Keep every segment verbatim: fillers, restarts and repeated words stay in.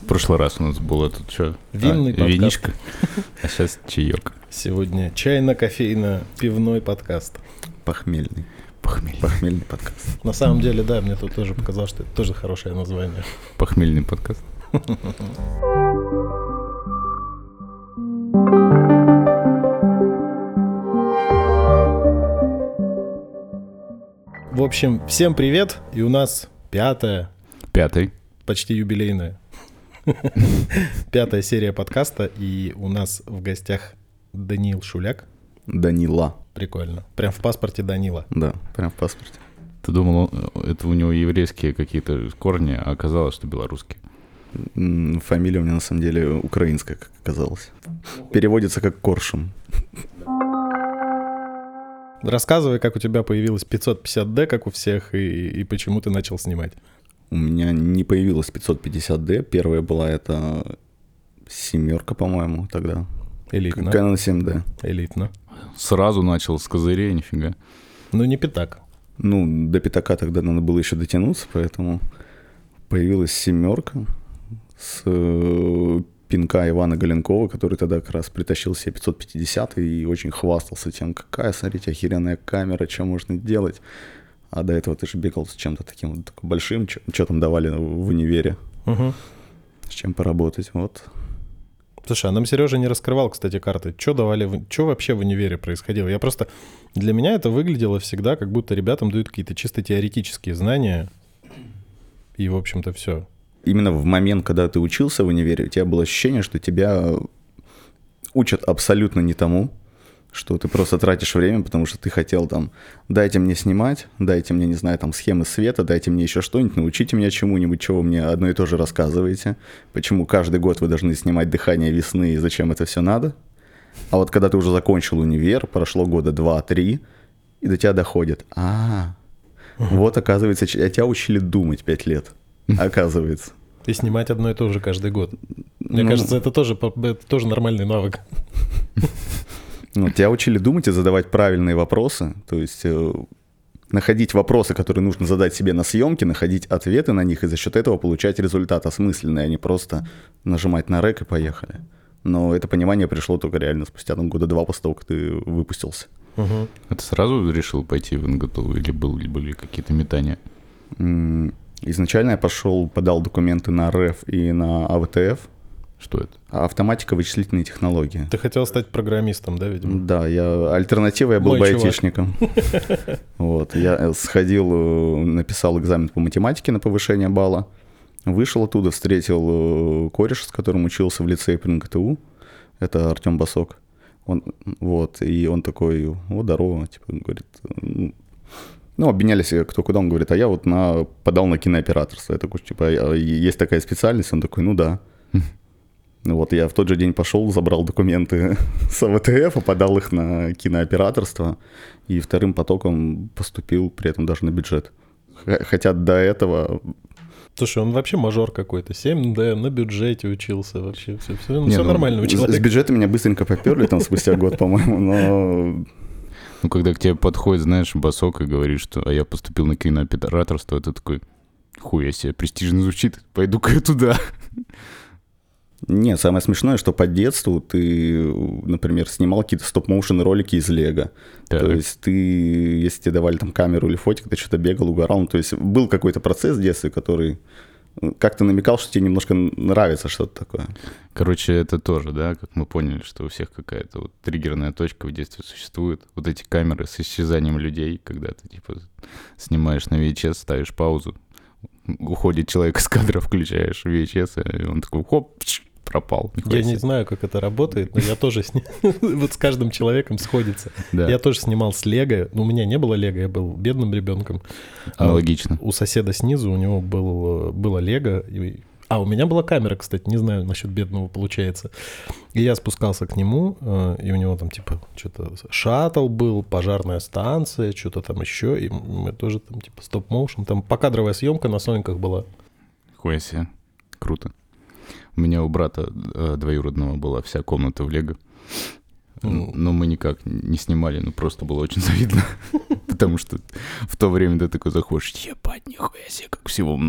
прошлый раз у нас было тут что? Винный а, подкаст. Винишко, а сейчас чаек. Сегодня чайно-кофейно-пивной подкаст. Похмельный. Похмельный. Похмельный подкаст. На самом деле, да, мне тут тоже показалось, что это тоже хорошее название. Похмельный подкаст. В общем, всем привет, и у нас пятая, Пятый. почти юбилейная, пятая серия подкаста, и у нас в гостях Даниил Шуляк. Данила. Прикольно. Прям в паспорте Данила. Да, прям в паспорте. Ты думал, это у него еврейские какие-то корни, а оказалось, что белорусские. М, Фамилия у меня на самом деле украинская, как оказалось. Переводится как Коршун. Рассказывай, как у тебя появилась пятьсот пятьдесят дэ, как у всех, и, и почему ты начал снимать. У меня не появилась пятьсот пятьдесят дэ. Первая была это семерка, по-моему, тогда. Элитно. Canon семь дэ. Элитно. Сразу начал с козырей, нифига. Ну, не пятак. Ну, до пятака тогда надо было еще дотянуться, поэтому появилась семерка с э, пинка Ивана Галенкова, который тогда как раз притащил себе пятьсот пятьдесят и очень хвастался тем, какая, смотрите, охеренная камера, что можно делать. А до этого ты же бегал с чем-то таким вот таким большим, что там давали в универе, Угу. с чем поработать, вот. Слушай, а нам Сережа не раскрывал, кстати, карты. Что давали, в- что вообще в универе происходило? Я просто... Для меня это выглядело всегда, как будто ребятам дают какие-то чисто теоретические знания. И, в общем-то, все. Именно в момент, когда ты учился в универе, у тебя было ощущение, что тебя учат абсолютно не тому, что ты просто тратишь время, потому что ты хотел там, дайте мне снимать, дайте мне, не знаю, там схемы света, дайте мне еще что-нибудь, научите меня чему-нибудь, чего вы мне одно и то же рассказываете, почему каждый год вы должны снимать «Дыхание весны» и зачем это все надо. А вот когда ты уже закончил универ, прошло года два-три, и до тебя доходит, а, вот оказывается, ч- тебя учили думать пять лет, оказывается. И снимать одно и то же каждый год. Мне Ну, кажется, это тоже, по- это тоже нормальный навык. Ну, тебя учили думать и задавать правильные вопросы, то есть э, находить вопросы, которые нужно задать себе на съемке, находить ответы на них и за счет этого получать результат осмысленный, а не просто нажимать на рек и поехали. Но это понимание пришло только реально спустя там, года два после того, как ты выпустился. Угу. А ты сразу решил пойти в эн гэ тэ у или были, были какие-то метания? М, Изначально я пошел, подал документы на эр эф и на а вэ тэ эф, Что это? автоматика вычислительные технологии. Ты хотел стать программистом, да, видимо? Да, я альтернатива, я был Мой бы чувак. айтишником. Вот, я сходил, э, написал экзамен по математике на повышение балла, вышел оттуда, встретил э, кореша, с которым учился в лицее при эн гэ тэ у, это Артем Басок. Он, вот, и он такой, о, здорово, типа, говорит, ну, ну, обменялись кто куда, он говорит, а я вот на, подал на кинооператорство. Я такой, типа, «А есть такая специальность? Он такой, ну да. Ну вот, я в тот же день пошел, забрал документы с а вэ тэ эф, подал их на кинооператорство, и вторым потоком поступил при этом даже на бюджет. Х- Хотя до этого... Слушай, он вообще мажор какой-то. семь дэ, на бюджете учился вообще. Все, все, Не, ну, нормально у С, с человека. бюджета меня быстренько поперли, там, спустя год, по-моему, но... Ну, когда к тебе подходит, знаешь, Басок и говорит, что а я поступил на кинооператорство, это такой, хуя себе, престижно звучит, пойду-ка я туда. Нет, самое смешное, что по детству ты, например, снимал какие-то стоп-моушен ролики из Лего. Так. То есть ты, если тебе давали там камеру или фотик, ты что-то бегал, угорал. Ну, то есть был какой-то процесс в детстве, который как-то намекал, что тебе немножко нравится что-то такое. Короче, это тоже, да, как мы поняли, что у всех какая-то вот триггерная точка в детстве существует. Вот эти камеры с исчезанием людей, когда ты, типа, снимаешь на ви эйч эс, ставишь паузу, уходит человек из кадра, включаешь ви эйч эс, и он такой, хоп, пш, пропал. Нихуя Я не себе. знаю, как это работает, но я тоже сни- вот с каждым человеком сходится. Да, Я тоже снимал с Лего. Ну, у меня не было Лего, я был бедным ребенком. А аналогично. у соседа снизу у него был, было Лего. и- А, у меня была камера, кстати, не знаю, насчет бедного получается. И я спускался к нему, э, и у него там типа что-то шаттл был, пожарная станция, что-то там еще. И мы тоже там типа стоп-моушен. Там покадровая съемка на Сониках была. Нихуя себе. Круто. У меня у брата э, двоюродного была вся комната в Лего. Ну. Но мы никак не снимали, ну просто было очень завидно. Потому что в то время ты такой заходишь, ебать, нихуя себе, как всего много.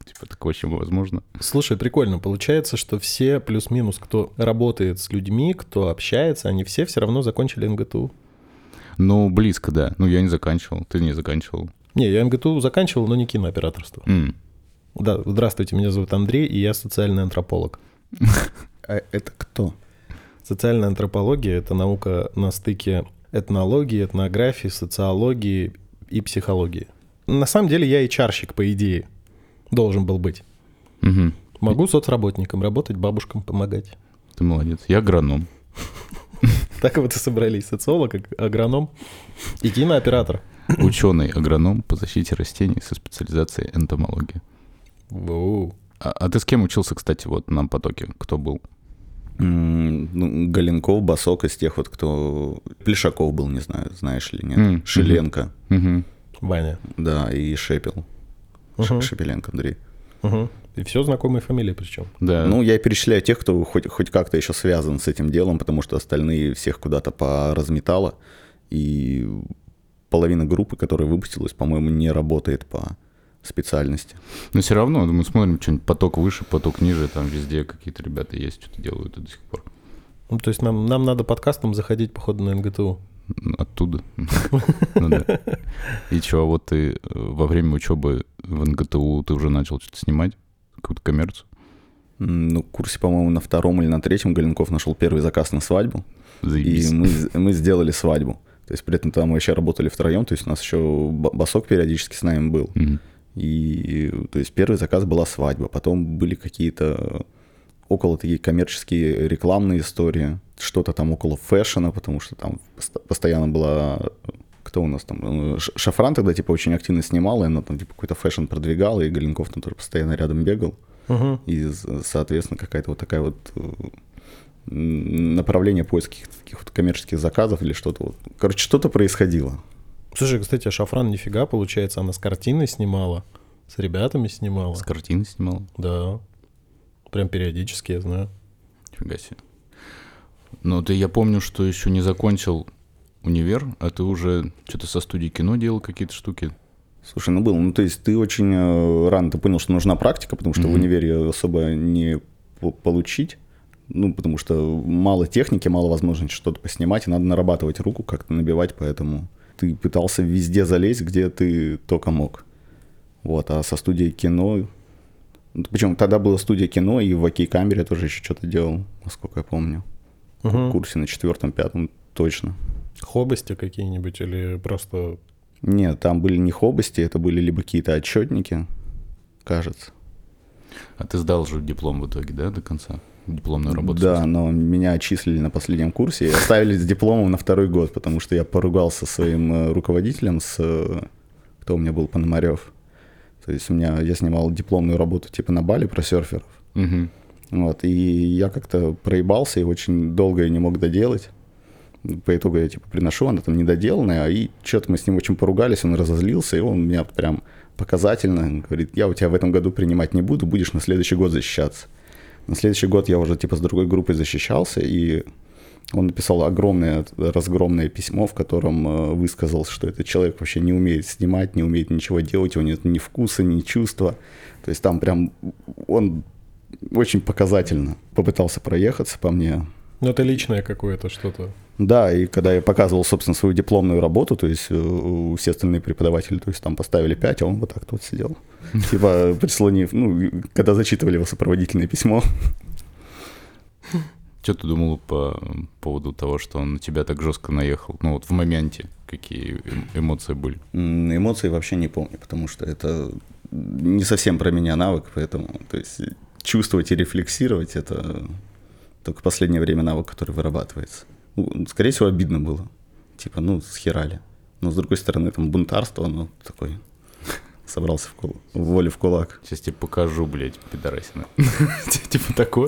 Типа, так вообще возможно? Слушай, прикольно. Получается, что все плюс-минус, кто работает с людьми, кто общается, они все все равно закончили эн гэ тэ у. Ну, близко, да. Ну, я не заканчивал, ты не заканчивал. Не, я эм гэ тэ у заканчивал, но не кинооператорство. Mm. Да, здравствуйте, меня зовут Андрей, и я социальный антрополог. А это кто? Социальная антропология — это наука на стыке этнологии, этнографии, социологии и психологии. На самом деле я эйч ар-щик, по идее, должен был быть. Угу. Могу соцработником работать, бабушкам помогать. Ты молодец. Я агроном. Так вот и собрались. Социолог, агроном и кинооператор. Ученый-агроном по защите растений со специализацией энтомология. Воу. А, а ты с кем учился, кстати, вот на потоке? Кто был? М, ну, Галенков, Басок из тех вот, кто... Плешаков был, не знаю, знаешь ли, нет. М, Шиленко, Угу. Ваня. да, и Шепел. Ш- Мгм. Шепеленко Андрей. Угу. И все знакомые фамилии причем. Да. Ну, я перечисляю тех, кто хоть, хоть как-то еще связан с этим делом, потому что остальные всех куда-то поразметало. И половина группы, которая выпустилась, по-моему, не работает по специальности. Но все равно мы смотрим, что-нибудь поток выше, поток ниже, там везде какие-то ребята есть, что-то делают и до сих пор. Ну, то есть нам, нам надо подкастом заходить, походу, на эн гэ тэ у. Оттуда. Ну да. И что, вот ты э, во время учебы в эн гэ тэ у ты уже начал что-то снимать? Какую-то коммерцию? М, Ну, в курсе, по-моему, на втором или на третьем Галенков нашел первый заказ на свадьбу. И Заебись. мы, мы сделали свадьбу. То есть при этом там мы еще работали втроем, то есть у нас еще Ба- Басок периодически с нами был. Мгм. И то есть первый заказ была свадьба, потом были какие-то около такие коммерческие рекламные истории, что-то там около фэшена, потому что там пост- постоянно была... Кто у нас там? Ну, Ш- Шафран тогда типа очень активно снимал, и она там типа какой-то фэшн продвигала, и Галенков там тоже постоянно рядом бегал. Угу. И, з- соответственно, какая-то вот такая вот э, м, направление поиска каких-то таких вот коммерческих заказов или что-то вот. Короче, что-то происходило. Слушай, кстати, а Шафран нифига, получается, она с картиной снимала, с ребятами снимала. С картины снимал? Да. Прям периодически, я знаю. Нифига себе. Ну, ты, я помню, что еще не закончил универ, а ты уже что-то со студией кино делал, какие-то штуки. Слушай, ну было, ну то есть ты очень э, рано ты понял, что нужна практика, потому что Мгм. в универе особо не по- получить, ну потому что мало техники, мало возможности что-то поснимать, и надо нарабатывать руку, как-то набивать, поэтому ты пытался везде залезть, где ты только мог. Вот, а со студией кино, причем тогда была студия кино, и в Окей-камере я тоже еще что-то делал, насколько я помню. В Угу. курсе на четвертом, пятом точно. Хобости какие-нибудь или просто... Нет, там были не хобости, это были либо какие-то отчетники, кажется. А ты сдал же диплом в итоге, да, до конца? Дипломную работу? Да, но меня отчислили на последнем курсе и оставили с дипломом на второй год, потому что я поругался со своим э, руководителем, с... э, Кто у меня был, Пономарев. То есть у меня, я снимал дипломную работу типа на Бали про серферов. Угу. Вот, и я как-то проебался и очень долго ее не мог доделать. По итогу я типа приношу, она там недоделанная, и что-то мы с ним очень поругались, он разозлился, и он меня прям показательно говорит: я у тебя в этом году принимать не буду, будешь на следующий год защищаться. На следующий год я уже типа с другой группой защищался, и он написал огромное разгромное письмо, в котором э, высказал, что этот человек вообще не умеет снимать, не умеет ничего делать, у него нет ни вкуса, ни чувства. То есть там прям он очень показательно попытался проехаться по мне. Ну, это личное какое-то что-то. Да, и когда я показывал, собственно, свою дипломную работу, то есть э, все остальные преподаватели, то есть там поставили пять, а он вот так вот сидел. Типа прислонив, ну, когда зачитывали его сопроводительное письмо. Что ты думал по поводу того, что он на тебя так жестко наехал? Ну вот в моменте какие эм- эмоции были? М, Эмоции вообще не помню, потому что это не совсем про меня навык, поэтому, то есть чувствовать и рефлексировать — это только в последнее время навык, который вырабатывается. Ну, скорее всего, обидно было. Типа, ну, схерали. Но, с другой стороны, там бунтарство, оно такой собрался в, кул... в волю в кулак. Сейчас тебе покажу, блядь, пидорасина. Типа такое?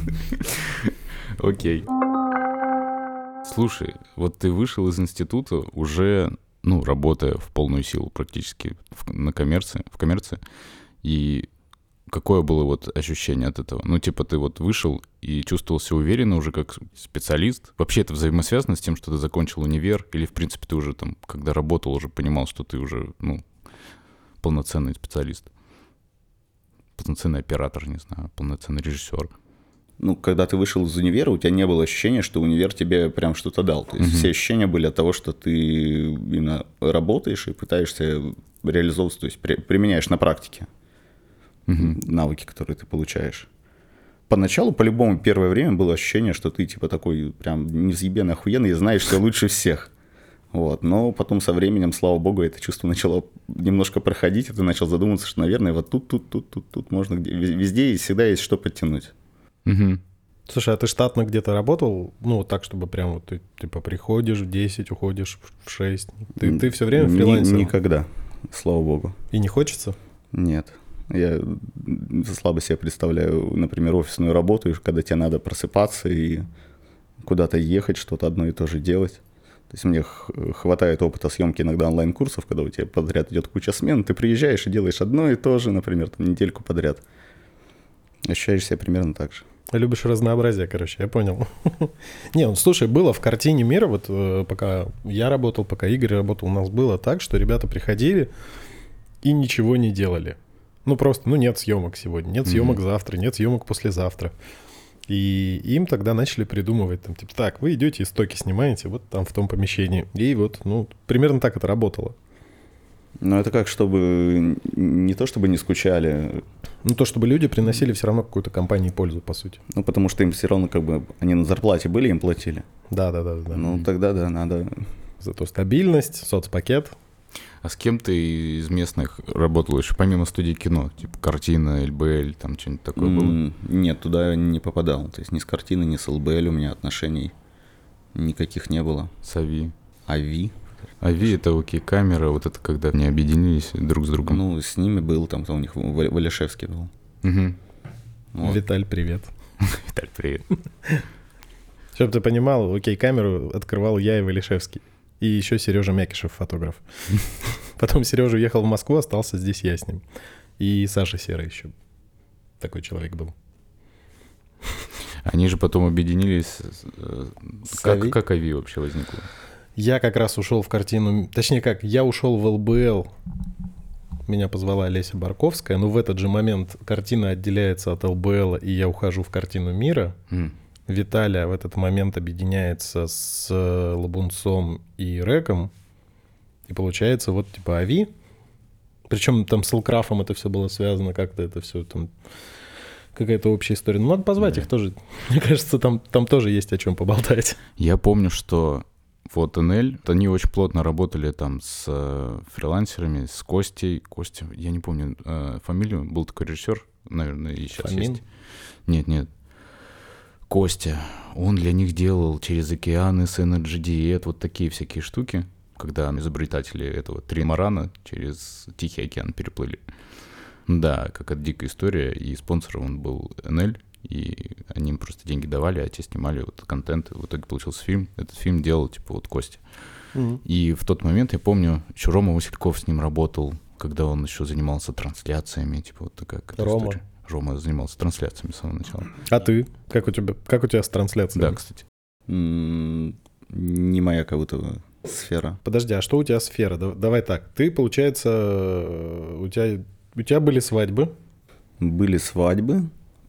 Окей. Слушай, вот ты вышел из института уже, ну, работая в полную силу практически в, на коммерции, в коммерции, и какое было вот ощущение от этого? Ну, типа ты вот вышел и чувствовал себя уверенно уже как специалист. Вообще это взаимосвязано с тем, что ты закончил универ, или, в принципе, ты уже там, когда работал, уже понимал, что ты уже, ну, полноценный специалист? полноценный оператор, не знаю, полноценный режиссер. Ну, когда ты вышел из универа, у тебя не было ощущения, что универ тебе прям что-то дал. То есть Мгм. все ощущения были от того, что ты именно работаешь и пытаешься реализовывать, то есть при- применяешь на практике Мгм. навыки, которые ты получаешь. Поначалу, по-любому, первое время было ощущение, что ты типа такой прям невъебенно охуенный и знаешь все лучше всех. Вот. Но потом со временем, слава богу, это чувство начало немножко проходить, и ты начал задумываться, что, наверное, вот тут, тут, тут, тут, тут можно где... везде и всегда есть что подтянуть. Мгм. Слушай, а ты штатно где-то работал? Ну, вот так, чтобы прям вот ты, типа, приходишь в десять, уходишь в шесть. Ты, ты все время Ни- фрилансер? Никогда, слава богу. И не хочется? Нет. Я слабо себе представляю, например, офисную работу, и когда тебе надо просыпаться и куда-то ехать, что-то одно и то же делать. То есть мне х- хватает опыта съемки иногда онлайн-курсов, когда у тебя подряд идет куча смен, ты приезжаешь и делаешь одно и то же, например, там, недельку подряд. Ощущаешь себя примерно так же. Любишь разнообразие, короче, я понял. Не, ну слушай, было в картине мира, вот э, пока я работал, пока Игорь работал, у нас было так, что ребята приходили и ничего не делали. Ну просто, ну нет съемок сегодня, нет съемок Мгм. завтра, нет съемок послезавтра. И им тогда начали придумывать, там, типа, так, вы идете и стоки снимаете вот там в том помещении. И вот, ну, примерно так это работало. Но это как, чтобы не то, чтобы не скучали, Ну, то, чтобы люди приносили все равно какую-то компании пользу, по сути. ну, потому что им все равно как бы, они на зарплате были, им платили. Да-да-да. Ну, тогда да, надо... Зато стабильность, соцпакет. А с кем ты из местных работал еще помимо студии кино? Типа картина, эл бэ эл, там что-нибудь такое было? М, Нет, туда не попадал. То есть ни с картины, ни с эл бэ эл у меня отношений никаких не было. С Ави. Ави, Ави — это окей, камера, вот это когда они объединились друг с другом. ну, с ними был, там, там у них Ва- Валишевский был. Мгм. Вот. Виталь, привет. Виталь, привет. Чтобы ты понимал, окей, камеру открывал я и Валишевский. И еще Сережа Мякишев, фотограф. Потом Сережа уехал в Москву, остался здесь я с ним. И Саша Серый еще. Такой человек был. Они же потом объединились. э, С Как, Ави? как Ави вообще возникло? Я как раз ушел в картину... Точнее как, я ушел в эл бэ эл. Меня позвала Олеся Барковская. Но в этот же момент картина отделяется от эл бэ эл, и я ухожу в картину мира. М. Виталя в этот момент объединяется с э, Лабунцом и Рэком. И получается вот типа Ави. Причем там с Элкрафом это все было связано, как-то это все там... Какая-то общая история. Ну, надо позвать Да. их тоже. Мне кажется, там, там тоже есть о чем поболтать. Я помню, что вот эн эл, они очень плотно работали там с э, фрилансерами, с Костей. Костя, я не помню э, фамилию, был такой режиссер, наверное, и сейчас Фомин? есть. Нет, нет. Костя, он для них делал через океаны с Energy Diet, вот такие всякие штуки, когда изобретатели этого тримарана через Тихий океан переплыли. Да, какая-то дикая история, и спонсором он был эн эл, и они им просто деньги давали, а те снимали вот контент, и в итоге получился фильм. Этот фильм делал, типа, вот Костя. И в тот момент, я помню, еще Рома Васильков с ним работал, когда он еще занимался трансляциями, типа, вот такая какая-то Рома. история. Рома занимался трансляциями с самого начала. А ты? Как у тебя, как у тебя с трансляцией? Да, кстати. М, Не моя как будто сфера. Подожди, а что у тебя сфера? Да- Давай так. Ты, получается, э, у тебя, у тебя были свадьбы. Были свадьбы,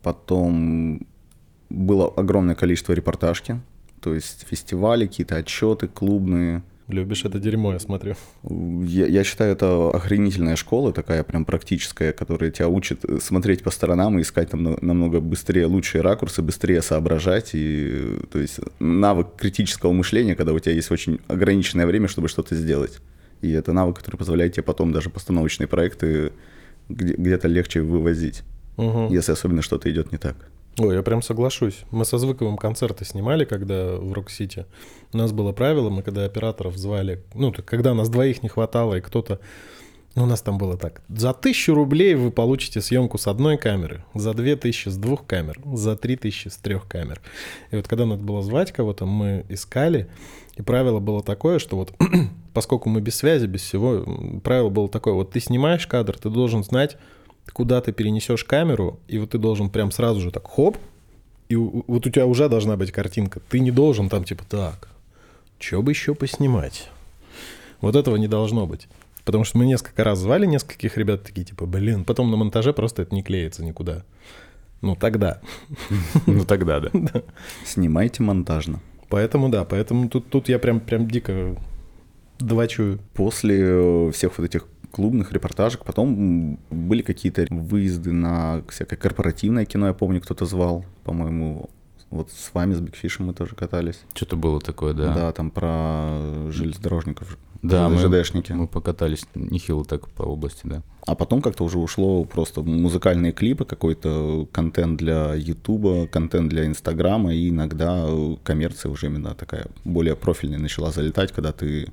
потом было огромное количество репортажки, то есть фестивали, какие-то отчеты клубные. Любишь это дерьмо, я смотрю. Я, я считаю, это охренительная школа, такая прям практическая, которая тебя учит смотреть по сторонам и искать там намного быстрее лучшие ракурсы, быстрее соображать. И, то есть навык критического мышления, когда у тебя есть очень ограниченное время, чтобы что-то сделать. И это навык, который позволяет тебе потом даже постановочные проекты где- где-то легче вывозить, Угу. если особенно что-то идет не так. Ой, я прям соглашусь. Мы со Звыковым концерты снимали, когда в Рок-Сити. У нас было правило, мы когда операторов звали, ну, то когда нас двоих не хватало, и кто-то... Ну, у нас там было так. За тысячу рублей вы получите съемку с одной камеры, за две тысячи с двух камер, за три тысячи с трех камер. И вот когда надо было звать кого-то, мы искали, и правило было такое, что вот поскольку мы без связи, без всего, м, правило было такое, вот ты снимаешь кадр, ты должен знать, куда ты перенесешь камеру, и вот ты должен прям сразу же так хоп, и у- вот у тебя уже должна быть картинка. Ты не должен там типа так, что бы еще поснимать. Вот этого не должно быть. Потому что мы несколько раз звали нескольких ребят, такие типа, блин, потом на монтаже просто это не клеится никуда. Ну, тогда. Ну, тогда, да. Снимайте монтажно. Поэтому, да, поэтому тут, тут я прям, прям дико двочую. После всех вот этих клубных репортажек потом были какие-то выезды на всякое корпоративное кино, я помню, кто-то звал, по-моему, вот с вами, с Бигфишем мы тоже катались. Что-то было такое, да. Да, там про железнодорожников, да, мы, ЖДшники. Мы покатались нехило так по области, да. А потом как-то уже ушло просто музыкальные клипы, какой-то контент для Ютуба, контент для Инстаграма, и иногда коммерция уже именно такая более профильная начала залетать, когда ты,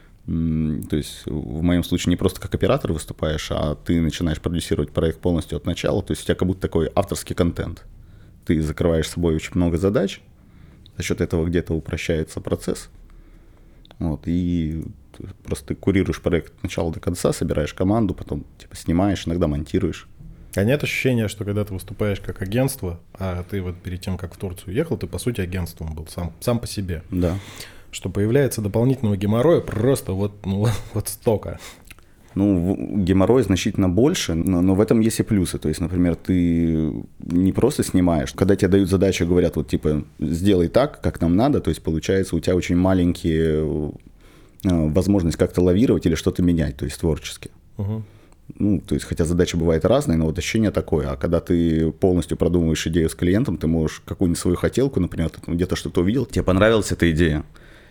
то есть в моем случае не просто как оператор выступаешь, а ты начинаешь продюсировать проект полностью от начала, то есть у тебя как будто такой авторский контент. Ты закрываешь с собой очень много задач, за счет этого где-то упрощается процесс, вот, и просто ты курируешь проект от начала до конца, собираешь команду, потом типа снимаешь, иногда монтируешь. А нет ощущения, что когда ты выступаешь как агентство, а ты вот перед тем, как в Турцию ехал, ты по сути агентством был сам, сам по себе. Да. Что появляется дополнительного геморроя просто вот, ну, вот столько. Ну, геморрой значительно больше, но, но в этом есть и плюсы. То есть, например, ты не просто снимаешь. Когда тебе дают задачу, говорят, вот типа, сделай так, как нам надо, то есть, получается, у тебя очень маленькие возможность как-то лавировать или что-то менять, то есть творчески. Угу. Ну, то есть, хотя задача бывает разная, но вот ощущение такое. А когда ты полностью продумываешь идею с клиентом, ты можешь какую-нибудь свою хотелку, например, ты там где-то что-то увидел, тебе понравилась эта идея,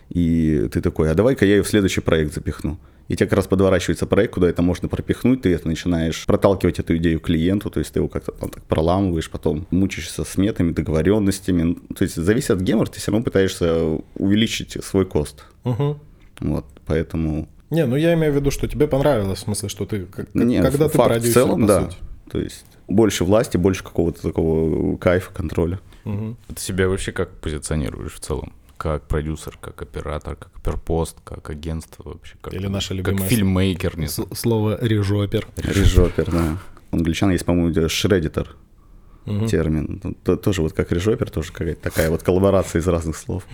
и ты такой, а давай-ка я ее в следующий проект запихну. И тебе как раз подворачивается проект, куда это можно пропихнуть, ты это начинаешь проталкивать эту идею клиенту, то есть ты его как-то там так проламываешь, потом мучаешься с сметами, договоренностями. То есть зависит от гемора, ты все равно пытаешься увеличить свой кост. Угу. Вот, поэтому... Не, ну я имею в виду, что тебе понравилось, в смысле, что ты, как, Не, когда ты факт, продюсер, в целом, по да. сути. То есть больше власти, больше какого-то такого кайфа, контроля. Угу. Ты себя вообще как позиционируешь в целом? Как продюсер, как оператор, как оперпост, как агентство вообще? Как, Или наша любимая... Как фильммейкер, не знаю. Слово «режопер». Режопер, да. У англичан есть, по-моему, шредитор Угу. термин. Тоже вот как режопер, тоже какая-то такая вот коллаборация из разных слов.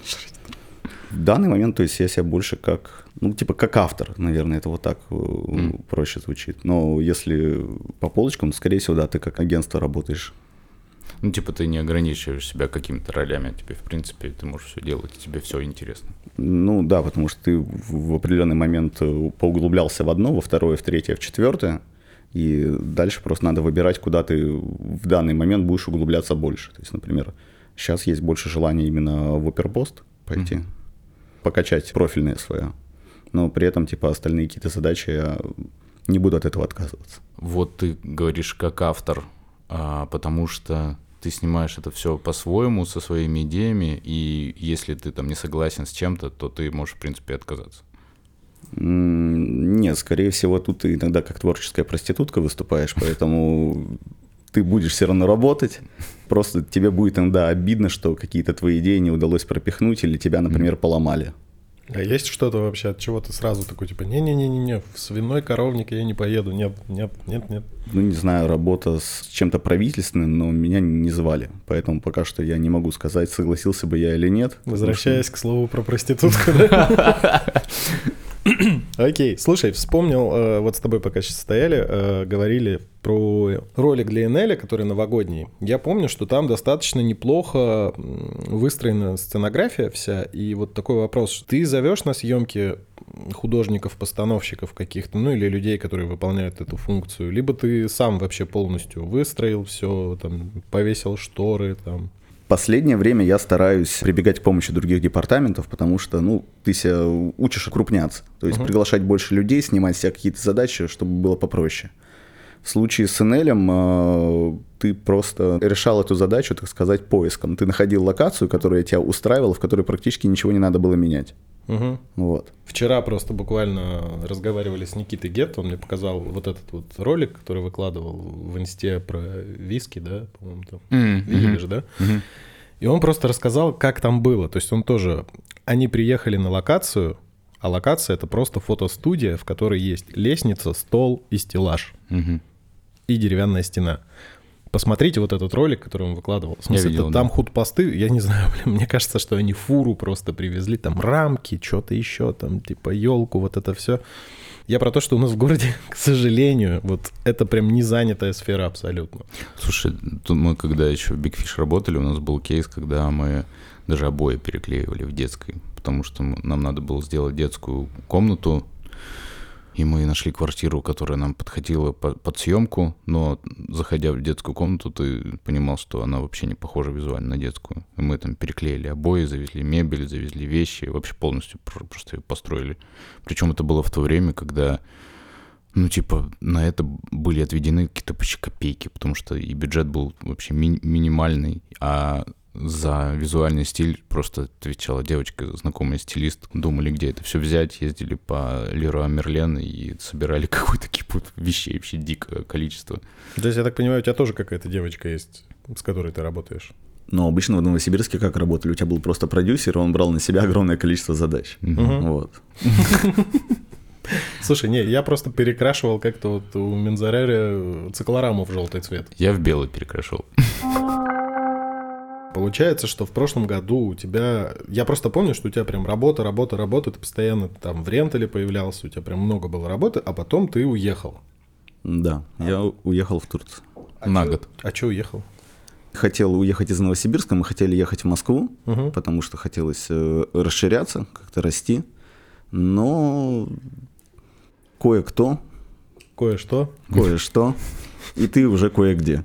В данный момент, то есть я себя больше как, ну, типа как автор, наверное, это вот так mm. проще звучит. Но если по полочкам, скорее всего, да, ты как агентство работаешь. Ну, типа ты не ограничиваешь себя какими-то ролями, тебе, в принципе, ты можешь все делать, тебе все интересно. Ну, да, потому что ты в определенный момент поуглублялся в одно, во второе, в третье, в четвертое, и дальше просто надо выбирать, куда ты в данный момент будешь углубляться больше. То есть, например, сейчас есть больше желания именно в оперпост пойти. Mm-hmm. Покачать профильное свое, но при этом, типа, остальные какие-то задачи я не буду от этого отказываться. Вот ты говоришь как автор, а, потому что ты снимаешь это все по-своему, со своими идеями, и если ты там не согласен с чем-то, то ты можешь, в принципе, отказаться. Нет, скорее всего, тут ты иногда как творческая проститутка выступаешь, поэтому ты будешь все равно работать, просто тебе будет иногда обидно, что какие-то твои идеи не удалось пропихнуть или тебя, например, поломали. А есть что-то вообще, от чего ты сразу такой, типа, не-не-не-не, в свиной коровник я не поеду, нет, нет, нет, нет. Ну, не знаю, работа с чем-то правительственным, но меня не звали, поэтому пока что я не могу сказать, согласился бы я или нет. Возвращаясь к слову про проститутку, да? Окей, слушай, вспомнил, вот с тобой пока сейчас стояли, говорили про ролик для эн эл, который новогодний. Я помню, что там достаточно неплохо выстроена сценография вся, и вот такой вопрос. Ты зовешь на съемки художников-постановщиков каких-то, ну или людей, которые выполняют эту функцию, либо ты сам вообще полностью выстроил все, там, повесил шторы, там... Последнее время я стараюсь прибегать к помощи других департаментов, потому что, ну, ты себя учишь укрупняться. То есть uh-huh. приглашать больше людей, снимать себе какие-то задачи, чтобы было попроще. В случае с эн эл э, ты просто решал эту задачу, так сказать, поиском. Ты находил локацию, которая тебя устраивала, в которой практически ничего не надо было менять. Угу. Вот. Вчера просто буквально разговаривали с Никитой Гетто, он мне показал вот этот вот ролик, который выкладывал в инсте про виски, да, по-моему, там. Mm-hmm. Видели же, да? Mm-hmm. И он просто рассказал, как там было. То есть он тоже... Они приехали на локацию, а локация — это просто фотостудия, в которой есть лестница, стол и стеллаж. Mm-hmm. И деревянная стена. Посмотрите вот этот ролик, который он выкладывал. В смысле, видел, там да. худпосты, я не знаю, блин, мне кажется, что они фуру просто привезли, там рамки, что-то еще, там типа елку, вот это все. Я про то, что у нас в городе, к сожалению, вот это прям не занятая сфера абсолютно. Слушай, тут мы когда еще в Big Fish работали, у нас был кейс, когда мы даже обои переклеивали в детской, потому что нам надо было сделать детскую комнату, и мы нашли квартиру, которая нам подходила под съемку, но заходя в детскую комнату, ты понимал, что она вообще не похожа визуально на детскую. И мы там переклеили обои, завезли мебель, завезли вещи, вообще полностью просто ее построили. Причем это было в то время, когда, ну, типа, на это были отведены какие-то почти копейки, потому что и бюджет был вообще ми- минимальный, а за визуальный стиль просто отвечала девочка, знакомая стилист. Думали, где это все взять, ездили по Леруа Мерлен и собирали какой-то кипут вещей, вообще дикое количество. То есть, я так понимаю, у тебя тоже какая-то девочка есть, с которой ты работаешь? Но обычно в Новосибирске как работали? У тебя был просто продюсер, и он брал на себя огромное количество задач. Угу. Вот. Слушай, не, я просто перекрашивал как-то вот у Мензарери циклораму в желтый цвет. Я в белый перекрашивал. Получается, что в прошлом году у тебя... Я просто помню, что у тебя прям работа, работа, работа. Ты постоянно там в рентале появлялся, у тебя прям много было работы, а потом ты уехал. Да, а... я уехал в Турцию. А На чё, год. А что уехал? Хотел уехать из Новосибирска, мы хотели ехать в Москву, угу. потому что хотелось э, расширяться, как-то расти. Но кое-кто... Кое-что? Кое-что. И ты уже кое-где.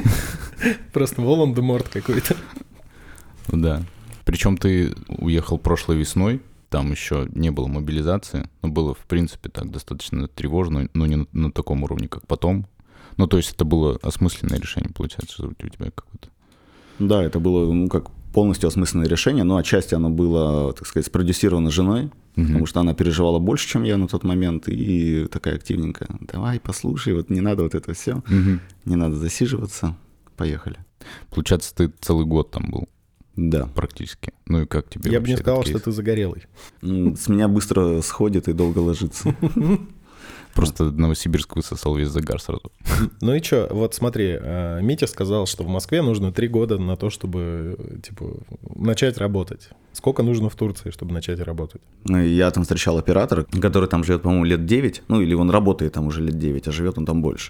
Просто Волан-де-Морт какой-то. Да. Причем ты уехал прошлой весной, там еще не было мобилизации, но было, в принципе, так достаточно тревожно, но не на, на таком уровне, как потом. Ну, то есть это было осмысленное решение, получается, что у тебя какое-то. Да, это было, ну, как полностью осмысленное решение, но отчасти оно было, так сказать, спродюсировано женой, угу. потому что она переживала больше, чем я на тот момент, и такая активненькая. Давай, послушай, вот не надо вот это все, угу. не надо засиживаться, поехали. Получается, ты целый год там был. Да. Практически. Ну и как тебе? Я бы не сказал, что ты загорелый. С меня быстро сходит и долго ложится. Просто Новосибирск высосал весь загар сразу. Ну и что, вот смотри, Митя сказал, что в Москве нужно три года на то, чтобы, типа, начать работать. Сколько нужно в Турции, чтобы начать работать? Я там встречал оператора, который там живет, по-моему, лет девять, ну или он работает там уже лет девять, а живет он там больше.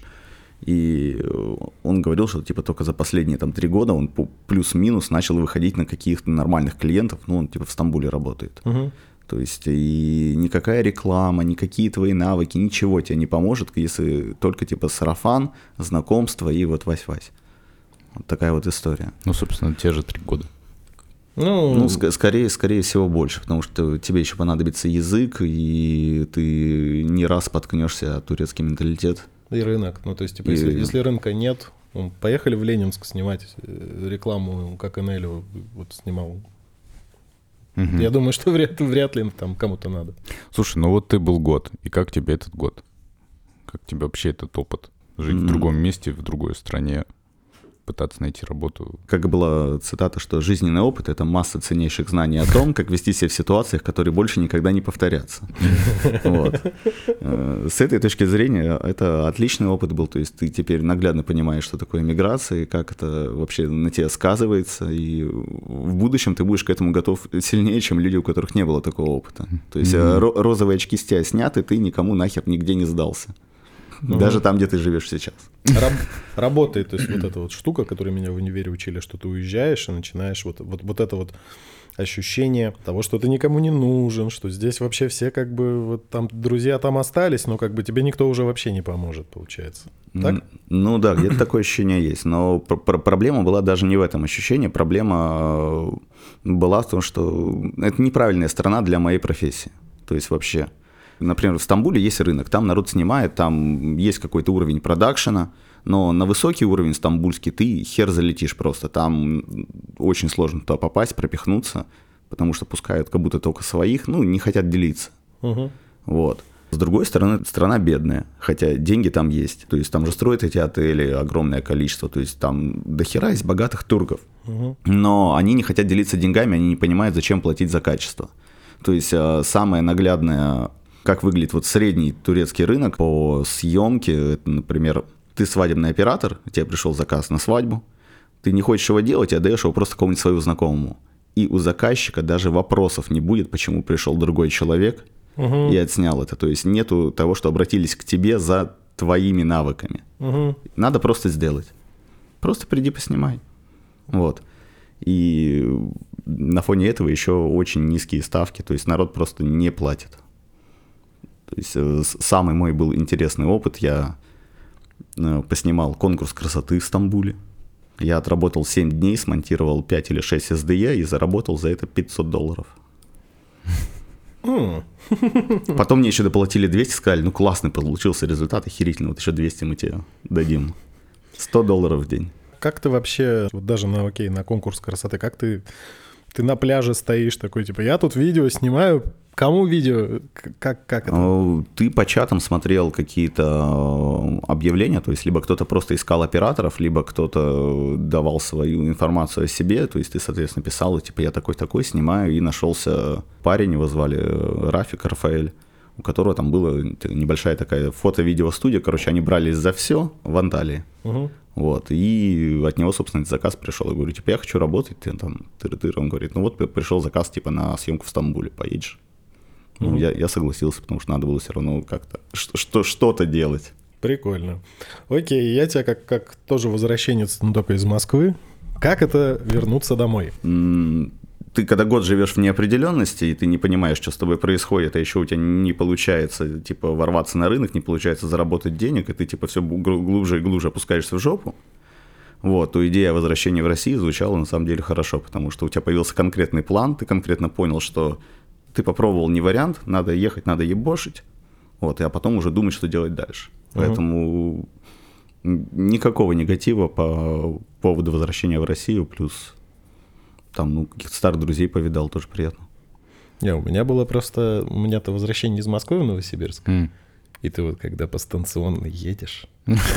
И он говорил, что типа только за последние там три года он плюс-минус начал выходить на каких-то нормальных клиентов, ну он типа в Стамбуле работает. Угу. То есть и никакая реклама, никакие твои навыки, ничего тебе не поможет, если только типа сарафан, знакомство и вот вась-вась. Вот такая вот история. Ну, собственно, те же три года. Ну, ну ск- скорее, скорее всего больше, потому что тебе еще понадобится язык, и ты не раз споткнешься о турецкий менталитет. И рынок. Ну, то есть, типа, и... если, если рынка нет, ну, поехали в Ленинск снимать рекламу, как Энелю вот снимал. Угу. Я думаю, что вряд, вряд ли там кому-то надо. Слушай, ну вот ты был год, и как тебе этот год? Как тебе вообще этот опыт? Жить mm. в другом месте, в другой стране, пытаться найти работу? Как была цитата, что жизненный опыт — это масса ценнейших знаний о том, как вести себя в ситуациях, которые больше никогда не повторятся. С этой точки зрения это отличный опыт был, то есть ты теперь наглядно понимаешь, что такое миграция, как это вообще на тебя сказывается, и в будущем ты будешь к этому готов сильнее, чем люди, у которых не было такого опыта. То есть розовые очки с тебя сняты, ты никому нахер нигде не сдался. Угу. Даже там, где ты живешь сейчас. Раб, работает, то есть вот эта вот штука, которую меня в универе учили, что ты уезжаешь и начинаешь вот, вот, вот это вот ощущение того, что ты никому не нужен, что здесь вообще все как бы вот там друзья там остались, но как бы тебе никто уже вообще не поможет, получается. Так? Ну да, где-то такое ощущение есть, но пр- проблема была даже не в этом ощущении, проблема была в том, что это неправильная сторона для моей профессии, то есть вообще. Например, в Стамбуле есть рынок, там народ снимает, там есть какой-то уровень продакшена, но на высокий уровень стамбульский ты хер залетишь просто, там очень сложно туда попасть, пропихнуться, потому что пускают как будто только своих, ну, не хотят делиться. Угу. Вот. С другой стороны, страна бедная, хотя деньги там есть, то есть там же строят эти отели огромное количество, то есть там дохера есть богатых турков, угу. но они не хотят делиться деньгами, они не понимают, зачем платить за качество. То есть самое наглядное... Как выглядит вот средний турецкий рынок по съемке, это, например, ты свадебный оператор, у тебя пришел заказ на свадьбу, ты не хочешь его делать, и отдаешь его просто какому-нибудь своему знакомому. И у заказчика даже вопросов не будет, почему пришел другой человек, Угу. и отснял это. То есть нету того, что обратились к тебе за твоими навыками. Угу. Надо просто сделать. Просто приди поснимай. Вот. И на фоне этого еще очень низкие ставки, то есть народ просто не платит. То есть самый мой был интересный опыт, я поснимал конкурс красоты в Стамбуле. Я отработал семь дней, смонтировал пять или шесть эс ди и заработал за это пятьсот долларов. Mm. Потом мне еще доплатили двести, сказали, ну классный получился результат, охерительный, вот еще двести мы тебе дадим. сто долларов в день. Как ты вообще, вот даже на, окей, на конкурс красоты, как ты, ты на пляже стоишь такой, типа, я тут видео снимаю, кому видео, как, как это? Ты по чатам смотрел какие-то объявления, то есть либо кто-то просто искал операторов, либо кто-то давал свою информацию о себе, то есть ты, соответственно, писал, типа, я такой-такой снимаю, и нашелся парень, его звали Рафик Рафаэль, у которого там была небольшая такая фото-видео-студия, короче, они брались за все в Анталии. Угу. Вот, и от него, собственно, этот заказ пришел. Я говорю, типа, я хочу работать, ты там, тыры-тыры. Он говорит, ну вот пришел заказ, типа, на съемку в Стамбуле, поедешь? Mm-hmm. Ну, я, я согласился, потому что надо было все равно как-то что- что-то делать. Прикольно. Окей, я тебя как, как тоже возвращенец, ну, только из Москвы. Как это вернуться домой? Mm, ты когда год живешь в неопределенности, и ты не понимаешь, что с тобой происходит, а еще у тебя не получается, типа, ворваться на рынок, не получается заработать денег, и ты, типа, все глубже и глубже опускаешься в жопу, вот, то идея возвращения в Россию звучала, на самом деле, хорошо, потому что у тебя появился конкретный план, ты конкретно понял, что ты попробовал не вариант, надо ехать, надо ебошить, вот, а потом уже думать, что делать дальше. Uh-huh. Поэтому никакого негатива по поводу возвращения в Россию, плюс там, ну, каких-то старых друзей повидал, тоже приятно. Не, у меня было просто, у меня-то возвращение из Москвы в Новосибирск, mm. и ты вот когда по станционной едешь,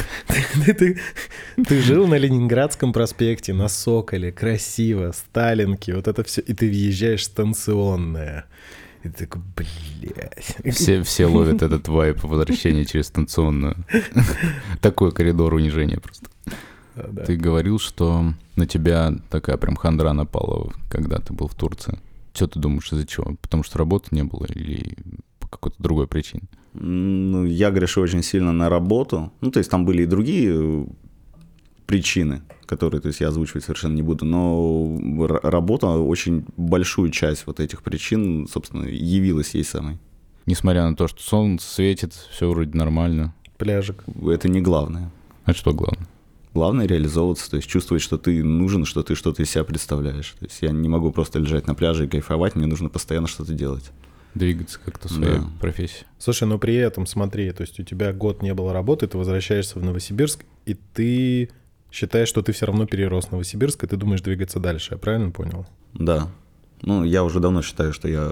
ты жил на Ленинградском проспекте, на Соколе, красиво, Сталинке, вот это все, и ты въезжаешь в станционное. И ты такой, блядь. Все, все ловят этот вайб возвращения через станционную. Такой коридор унижения просто. Да. Ты говорил, что на тебя такая прям хандра напала, когда ты был в Турции. Что ты думаешь, из-за чего? Потому что работы не было или по какой-то другой причине? Ну, я грешу очень сильно на работу. Ну, то есть там были и другие причины, которые, то есть, я озвучивать совершенно не буду, но работа очень большую часть вот этих причин, собственно, явилась ей самой. Несмотря на то, что солнце светит, все вроде нормально. Пляжик. Это не главное. А что главное? Главное реализовываться, то есть чувствовать, что ты нужен, что ты что-то из себя представляешь. То есть я не могу просто лежать на пляже и кайфовать, мне нужно постоянно что-то делать. Двигаться как-то в своей да. профессии. Слушай, но при этом смотри, то есть у тебя год не было работы, ты возвращаешься в Новосибирск, и ты считаешь, что ты все равно перерос Новосибирск, и ты думаешь двигаться дальше, я правильно понял? Да. Ну, я уже давно считаю, что я...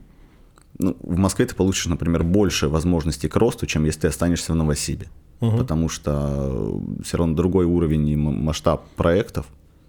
Ну, в Москве ты получишь, например, больше возможностей к росту, чем если ты останешься в Новосибе. Угу. Потому что все равно другой уровень и масштаб проектов.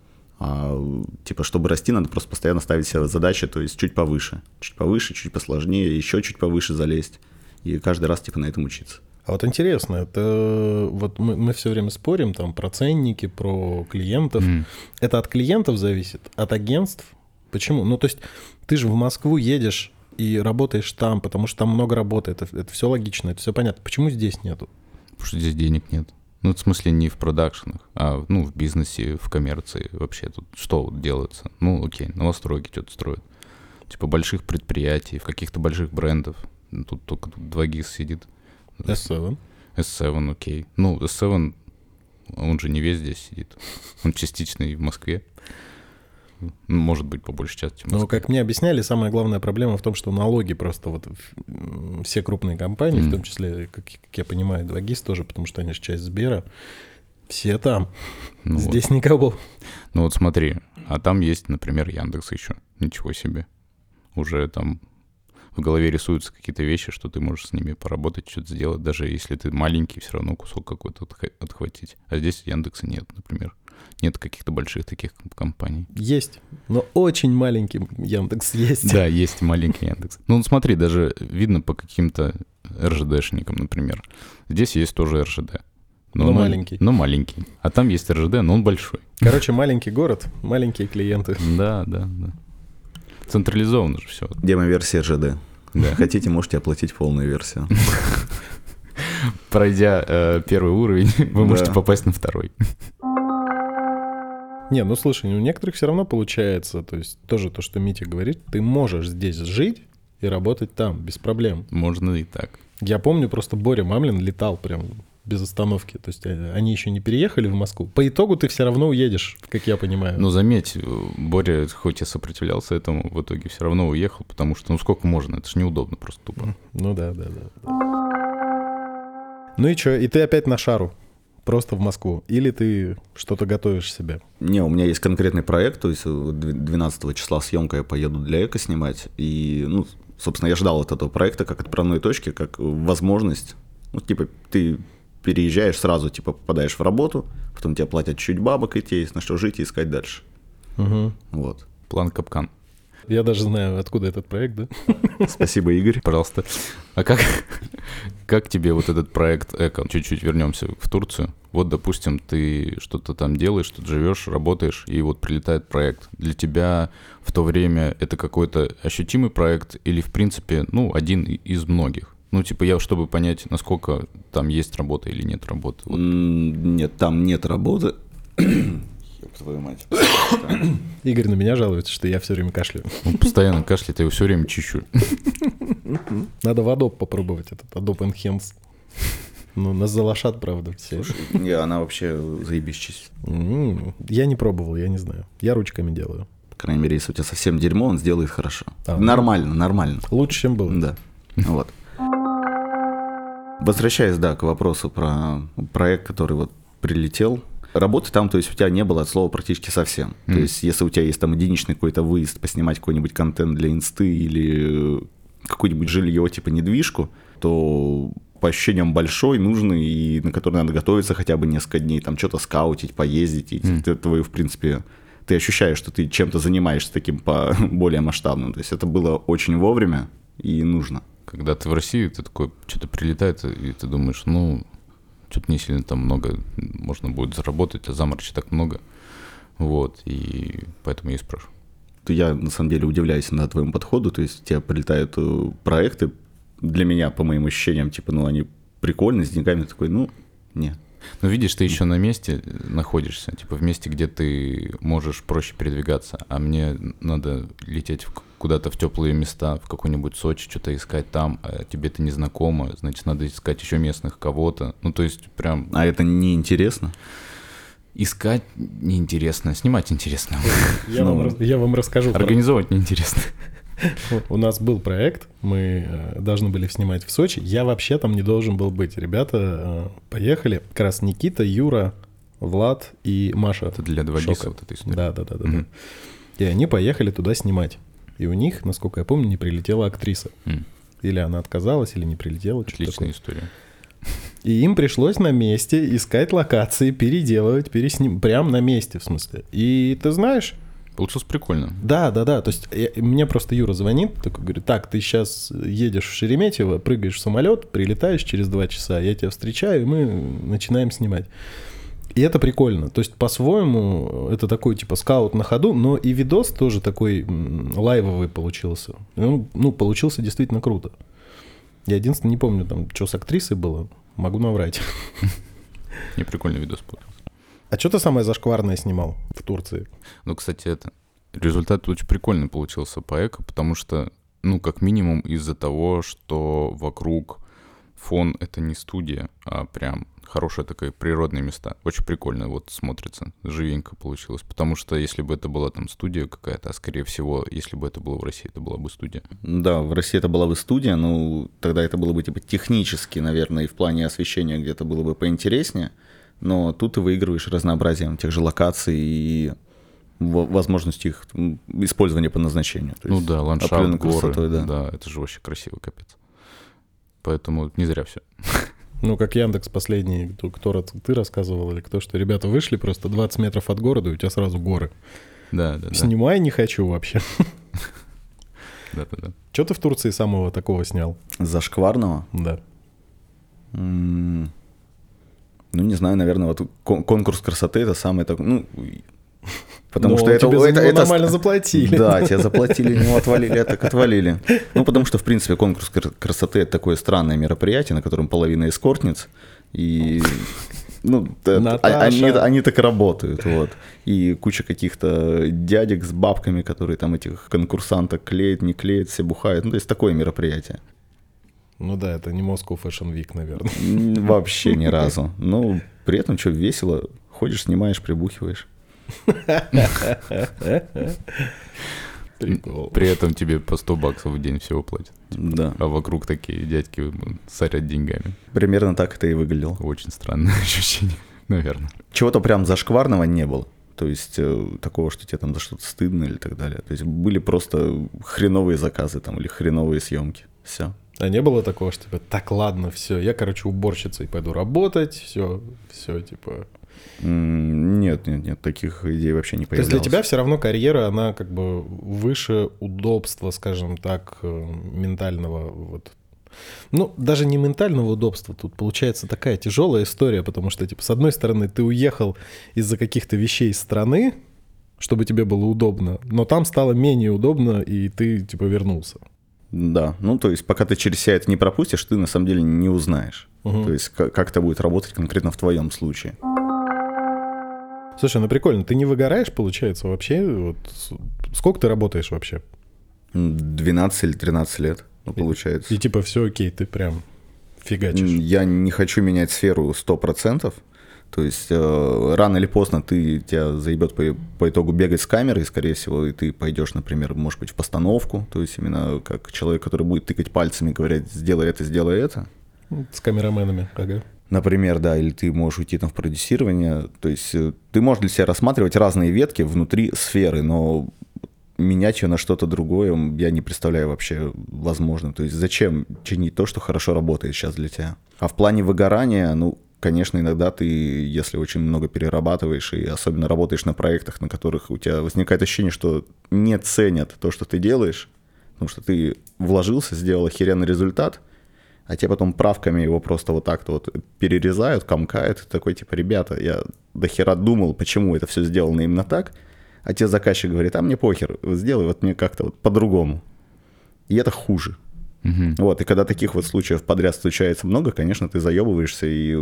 А, типа, чтобы расти, надо просто постоянно ставить себе задачи, то есть чуть повыше. Чуть повыше, чуть посложнее, еще чуть повыше залезть. И каждый раз типа на этом учиться. А вот интересно, это вот мы, мы все время спорим там про ценники, про клиентов. Mm. Это от клиентов зависит, от агентств? Почему? Ну, то есть ты же в Москву едешь и работаешь там, потому что там много работы, это, это все логично, это все понятно. Почему здесь нету? Потому что здесь денег нет. Ну, в смысле, не в продакшенах, а ну, в бизнесе, в коммерции вообще. Тут что вот делается? Ну, окей, новостройки что-то строят. Типа больших предприятий, в каких-то больших брендов. Тут только тут два гис сидит. эс семь. эс семь, окей. Ну, эс семь, он же не весь здесь сидит. Он частично и в Москве. Может быть, по большей части в Москве. Но, как мне объясняли, самая главная проблема в том, что налоги просто вот все крупные компании, mm. в том числе, как, как я понимаю, два гис тоже, потому что они же часть Сбера, все там. Ну Здесь вот. Никого. Ну вот смотри, а там есть, например, Яндекс еще. Ничего себе. Уже там в голове рисуются какие-то вещи, что ты можешь с ними поработать, что-то сделать, даже если ты маленький, все равно кусок какой-то отхватить. А здесь Яндекса нет, например. Нет каких-то больших таких компаний. Есть, но очень маленький Яндекс есть. Да, есть маленький Яндекс. Ну, смотри, даже видно по каким-то эр жэ дэшникам, например. Здесь есть тоже эр жэ дэ. Но, но маленький. Но маленький. А там есть эр жэ дэ, но он большой. Короче, маленький город, маленькие клиенты. Да, да, да. Централизовано же все. Демо-версия эр жэ дэ. Да. Хотите, можете оплатить полную версию. Пройдя э, первый уровень, вы Да. можете попасть на второй. Не, ну слушай, у некоторых все равно получается, то есть тоже то, что Митя говорит, ты можешь здесь жить и работать там, без проблем. Можно и так. Я помню, просто Боря Мамлин летал прям без остановки, то есть э, они еще не переехали в Москву. По итогу ты все равно уедешь, как я понимаю. Но заметь, Боря, хоть и сопротивлялся этому, в итоге все равно уехал, потому что, ну сколько можно, это же неудобно просто тупо. Ну да, да, да. Ну и что, и ты опять на шару? Просто в Москву? Или ты что-то готовишь себе? Не, у меня есть конкретный проект, то есть двенадцатого числа съемка я поеду для Эко снимать, и, ну, собственно, я ждал от этого проекта как отправной точки, как возможность, ну, типа, ты переезжаешь сразу, типа, попадаешь в работу, потом тебе платят чуть бабок, и тебе есть на что жить и искать дальше. Угу. Вот. План капкан. Я даже знаю, откуда этот проект, да? Спасибо, Игорь. Пожалуйста. А как, как тебе вот этот проект Эко? Чуть-чуть вернемся в Турцию. Вот, допустим, ты что-то там делаешь, что-то живешь, работаешь, и вот прилетает проект. Для тебя в то время это какой-то ощутимый проект или, в принципе, ну, один из многих? Ну, типа, я, чтобы понять, насколько там есть работа или нет работы. Вот. М, Нет, там нет работы. Ёб твою мать. Игорь на меня жалуется, что я все время кашляю. Он постоянно кашляет, я его все время чищу. Надо в Adobe попробовать этот Adobe Enhance. Ну, нас залошат, правда, все. Слушай, не, она вообще заебись чистит. М, Я не пробовал, я не знаю. Я ручками делаю. По крайней мере, если у тебя совсем дерьмо, он сделает хорошо. А, ну. Нормально, нормально. Лучше, чем было. Да, вот. Возвращаясь, да, к вопросу про проект, который вот прилетел. Работы там, то есть у тебя не было от слова практически совсем. Mm. То есть если у тебя есть там единичный какой-то выезд, поснимать какой-нибудь контент для инсты или какое-нибудь жилье, типа недвижку, то по ощущениям большой, нужный, и на который надо готовиться хотя бы несколько дней, там что-то скаутить, поездить, и Mm. ты, твою, в принципе, ты ощущаешь, что ты чем-то занимаешься таким по более масштабным. То есть это было очень вовремя и нужно. Когда ты в России, ты такой, что-то прилетает, и ты думаешь, ну, что-то не сильно там много можно будет заработать, а заморочи так много. Вот, и поэтому я и спрашиваю. Я, на самом деле, удивляюсь на твоему подходу, то есть у тебя прилетают э, проекты, для меня, по моим ощущениям, типа, ну, они прикольные, с деньгами, такой, ну, не. Ну, видишь, ты еще на месте находишься, типа в месте, где ты можешь проще передвигаться, а мне надо лететь в- куда-то в теплые места, в какой-нибудь Сочи, что-то искать там, а тебе это незнакомо, значит, надо искать еще местных кого-то. Ну, то есть прям А это неинтересно? искать неинтересно, снимать интересно, Я, Ну, вам, рас- я вам расскажу. про- организовывать неинтересно. У нас был проект, мы э, должны были снимать в Сочи. Я вообще там не должен был быть. Ребята э, поехали. Как раз Никита, Юра, Влад и Маша. Это для Двагиса Шока. вот эта история. Да, да, да, да. Мгм. И они поехали туда снимать. И у них, насколько я помню, не прилетела актриса. М, Или она отказалась, или не прилетела. что-то Отличная такое. история. И им пришлось на месте искать локации, переделывать, пересним... Прям на месте, в смысле. И ты знаешь, Получилось прикольно. да, да, да. То есть я- мне просто Юра звонит, такой говорит, так, ты сейчас едешь в Шереметьево, прыгаешь в самолет, прилетаешь через два часа, я тебя встречаю, и мы начинаем снимать. И это прикольно. То есть, по-своему, это такой, типа, скаут на ходу, но и видос тоже такой м, лайвовый получился. И он, ну, получился действительно круто. Я единственное не помню, там, что с актрисой было. Могу наврать. Мне прикольный видос получился. А что ты самое зашкварное снимал в Турции? Ну, кстати, это результат очень прикольный получился по эко, потому что, ну, как минимум из-за того, что вокруг фон — это не студия, а прям хорошие такие природные места. Очень прикольно вот смотрится, живенько получилось. Потому что если бы это была там студия какая-то, а скорее всего, если бы это было в России, это была бы студия. Да, в России это была бы студия, ну, тогда это было бы, типа, технически, наверное, и в плане освещения где-то было бы поинтереснее, но тут ты выигрываешь разнообразием тех же локаций и во- возможностью их м, использования по назначению. То Ну есть да, ландшафт, определенной горы, красотой, да. да. это же вообще красиво, капец. Поэтому не зря все. Ну, как Яндекс последний, кто, кто рас- ты рассказывал, или кто, что ребята вышли просто двадцать метров от города, и у тебя сразу горы. Да, да, да. Снимай не хочу вообще. Да, да, да. Что ты в Турции самого такого снял? Зашкварного? Да. М, Ну, не знаю, наверное, вот кон- конкурс красоты — это самый такой, ну, Потому Но что это, тебе за это, него это нормально заплатили. Да, тебе заплатили, не отвалили, а так отвалили. Ну, потому что, в принципе, конкурс красоты — это такое странное мероприятие, на котором половина эскортниц, и ну, они, они так работают, вот. И куча каких-то дядек с бабками, которые там этих конкурсанток клеят, не клеят, все бухают. Ну, то есть такое мероприятие. Ну да, это не Moscow Fashion Week, наверное. Вообще ни разу. Ну, при этом что, весело. Ходишь, снимаешь, прибухиваешь. Прикол. При этом тебе по сто баксов в день всего платят. Да. А вокруг такие дядьки сорят деньгами. Примерно так это и выглядело. Очень странное ощущение, наверное. Чего-то прям зашкварного не было. То есть э, такого, что тебе там за что-то стыдно или так далее. То есть были просто хреновые заказы там или хреновые съемки. Все. А не было такого, что типа, так, ладно, все, я, короче, уборщицей пойду работать, все, все, типа... Нет, нет, нет, таких идей вообще не появлялось. То есть для тебя все равно карьера, она как бы выше удобства, скажем так, ментального вот. Ну, даже не ментального удобства, тут получается такая тяжелая история, потому что, типа, с одной стороны, ты уехал из-за каких-то вещей из страны, чтобы тебе было удобно, но там стало менее удобно, и ты, типа, вернулся. Да, ну, то есть пока ты через себя это не пропустишь, ты на самом деле не узнаешь. Угу. То есть как, как это будет работать конкретно в твоем случае. Слушай, ну прикольно, ты не выгораешь, получается, вообще? Вот, сколько ты работаешь вообще? двенадцать или тринадцать лет, ну, получается. И, и типа все окей, ты прям фигачишь. Я не хочу менять сферу сто процентов. То есть э, рано или поздно ты, тебя заебет по, по итогу бегать с камерой, скорее всего, и ты пойдешь, например, может быть, в постановку. То есть именно как человек, который будет тыкать пальцами и говорить, сделай это, сделай это. С камераменами, ага. Например, да, или ты можешь уйти там в продюсирование. То есть ты можешь для себя рассматривать разные ветки внутри сферы, но менять ее на что-то другое я не представляю вообще возможным. То есть зачем чинить то, что хорошо работает сейчас для тебя? А в плане выгорания, ну, конечно, иногда ты, если очень много перерабатываешь и особенно работаешь на проектах, на которых у тебя возникает ощущение, что не ценят то, что ты делаешь, потому что ты вложился, сделал охеренный результат, а те потом правками его просто вот так-то вот перерезают, комкают, и такой, типа, ребята, я дохера думал, почему это все сделано именно так, а те заказчик говорит, а мне похер, сделай вот мне как-то вот по-другому. И это хуже. Uh-huh. Вот, и когда таких вот случаев подряд случается много, конечно, ты заебываешься и,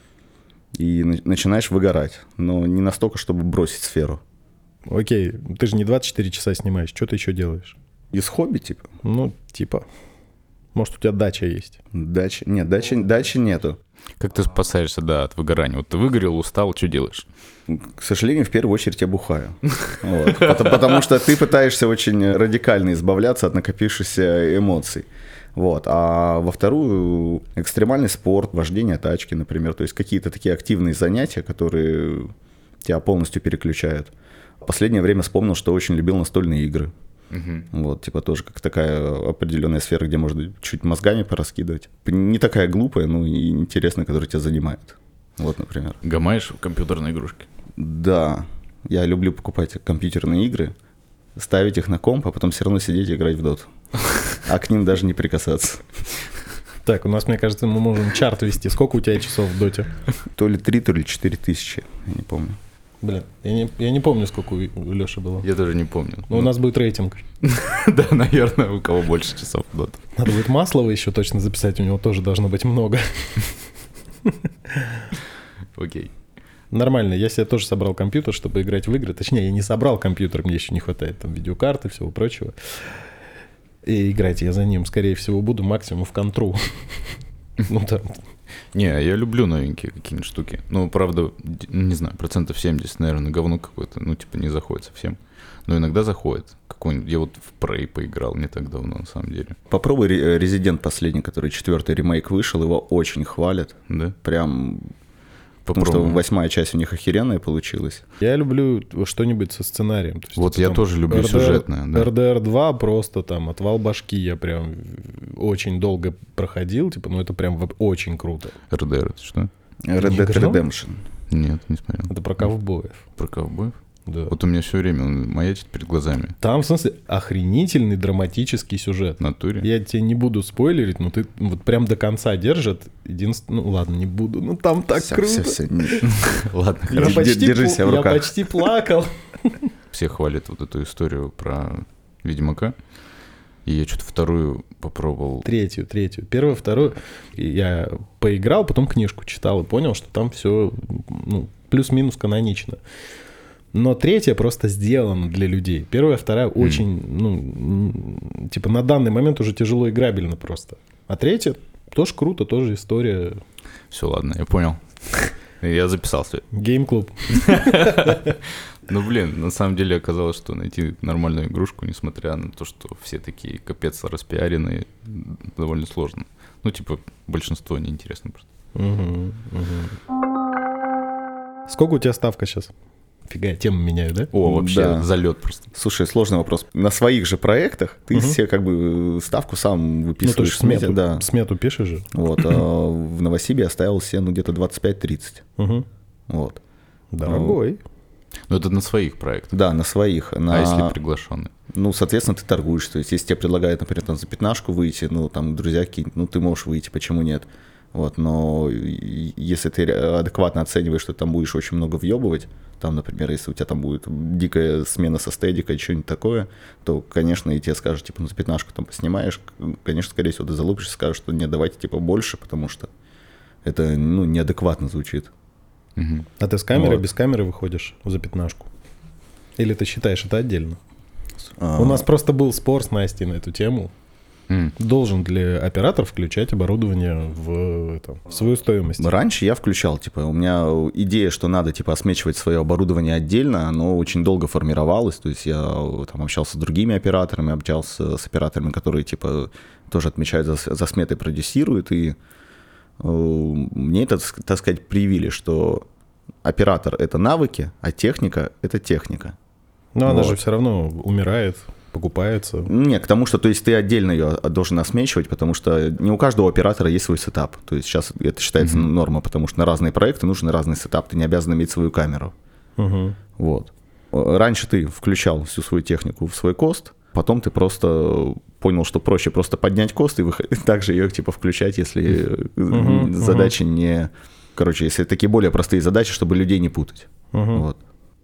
и начинаешь выгорать, но не настолько, чтобы бросить сферу. Окей, ты же не двадцать четыре часа снимаешь, что ты еще делаешь? Из хобби, типа? Ну, типа... Может, у тебя дача есть? Дача? Нет, дачи, дачи нету. Как ты спасаешься, да, от выгорания? Вот ты выгорел, устал, что делаешь? К сожалению, в первую очередь я бухаю. Вот. Потому, потому что ты пытаешься очень радикально избавляться от накопившихся эмоций. Вот. А во вторую — экстремальный спорт, вождение тачки, например. То есть какие-то такие активные занятия, которые тебя полностью переключают. В последнее время вспомнил, что очень любил настольные игры. Uh-huh. Вот, типа тоже как такая определенная сфера, где можно чуть мозгами пораскидывать. Не такая глупая, но и интересная, которая тебя занимает. Вот, например. Гамаешь компьютерные игрушки? Да. Я люблю покупать компьютерные игры, ставить их на комп, а потом все равно сидеть и играть в доту. А к ним даже не прикасаться. Так, у нас, мне кажется, мы можем чарт вести. Сколько у тебя часов в доте? То ли три, то ли четыре тысячи, я не помню. Блин, я не, я не помню, сколько у, у Леши было. Я тоже не помню. Но ну, у нас будет рейтинг. Да, наверное, у кого больше часов в доту. Надо будет Маслова еще точно записать, у него тоже должно быть много. Окей. Нормально, я себе тоже собрал компьютер, чтобы играть в игры. Точнее, я не собрал компьютер, мне еще не хватает там видеокарты, всего прочего. И играть я за ним, скорее всего, буду максимум в контру. Ну да. Не, я люблю новенькие какие-нибудь штуки. Ну, правда, не знаю, процентов семьдесят, наверное, говно какое-то. Ну, типа, не заходит совсем. Но иногда заходит. Какой-нибудь... Я вот в Prey поиграл не так давно, на самом деле. Попробуй Резидент последний, который четвертый ремейк вышел, его очень хвалят. Да? Прям... Потому Попробуем. Что восьмая часть у них охеренная получилась. Я люблю что-нибудь со сценарием. То есть, вот я тоже люблю эр дэ эр, сюжетное. Да. эр дэ эр два просто там отвал башки я прям очень долго проходил. Типа, ну это прям очень круто. эр дэ эр это что? Red Dead Redemption. Нет, не смотрел. Это про ковбоев. Про ковбоев? Да. Вот у меня все время он маячит перед глазами. Там, в смысле, охренительный драматический сюжет. В натуре? Я тебе не буду спойлерить, но ты вот прям до конца держит. Единственное, ну ладно, не буду, ну там так все, круто. Все, все. Ладно, я хорошо. Почти Держи себя в руках. Я почти плакал. Все хвалят вот эту историю про Ведьмака. И я что-то вторую попробовал. Третью, третью. Первую, вторую я поиграл, потом книжку читал и понял, что там все ну, плюс-минус канонично. Но третья просто сделана для людей. Первая, вторая mm. очень, ну, типа на данный момент уже тяжело играбельно просто. А третья тоже круто, тоже история. Все, ладно, я понял. Я записался. Гейм-клуб. Ну, блин, на самом деле оказалось, что найти нормальную игрушку, несмотря на то, что все такие капец распиаренные, довольно сложно. Ну, типа, большинство неинтересно просто. Угу, угу. Сколько у тебя ставка сейчас? Фига, тему меняю, да? О, вообще да. залет просто. Слушай, сложный вопрос. На своих же проектах ты угу. себе как бы ставку сам выписываешь. Ну, ты смету, да. смету пишешь же. Вот, а в Новосибе я ставил себе ну, где-то двадцать пять тридцать. Угу. Вот. Дорогой. Ну, это на своих проектах. Да, на своих. На... А если приглашенный? Ну, соответственно, ты торгуешь. То есть, если тебе предлагают, например, там, за пятнашку выйти, ну, там, друзья какие-нибудь, ну, ты можешь выйти, почему нет? Вот, но если ты адекватно оцениваешь, что там будешь очень много въебывать, там, например, если у тебя там будет дикая смена со стедика и что-нибудь такое, то, конечно, и тебе скажут, типа, ну, за пятнашку там поснимаешь, конечно, скорее всего, ты залупишь и скажешь, что нет, давайте, типа, больше, потому что это, ну, неадекватно звучит. Угу. А ты с камерой, вот. Без камеры выходишь за пятнашку? Или ты считаешь это отдельно? А... У нас просто был спор с Настей на эту тему. Mm. Должен ли оператор включать оборудование в, это, в свою стоимость? Раньше я включал, типа, у меня идея, что надо, типа, осмечивать свое оборудование отдельно, оно очень долго формировалось, то есть я там общался с другими операторами, общался с операторами, которые, типа, тоже отмечают за, за сметой, продюсируют, и э, мне это, так сказать, привили, что оператор — это навыки, а техника — это техника. Но вот. Она же все равно умирает. Покупается? Не, к тому, что то есть ты отдельно ее должен осмечивать, потому что не у каждого оператора есть свой сетап. То есть сейчас это считается mm-hmm. норма, потому что на разные проекты нужен разный сетап, ты не обязан иметь свою камеру. Mm-hmm. Вот. Раньше ты включал всю свою технику в свой кост, потом ты просто понял, что проще просто поднять кост и выход... также ее типа включать, если mm-hmm. задачи mm-hmm. не... Короче, если такие более простые задачи, чтобы людей не путать. Mm-hmm. Вот.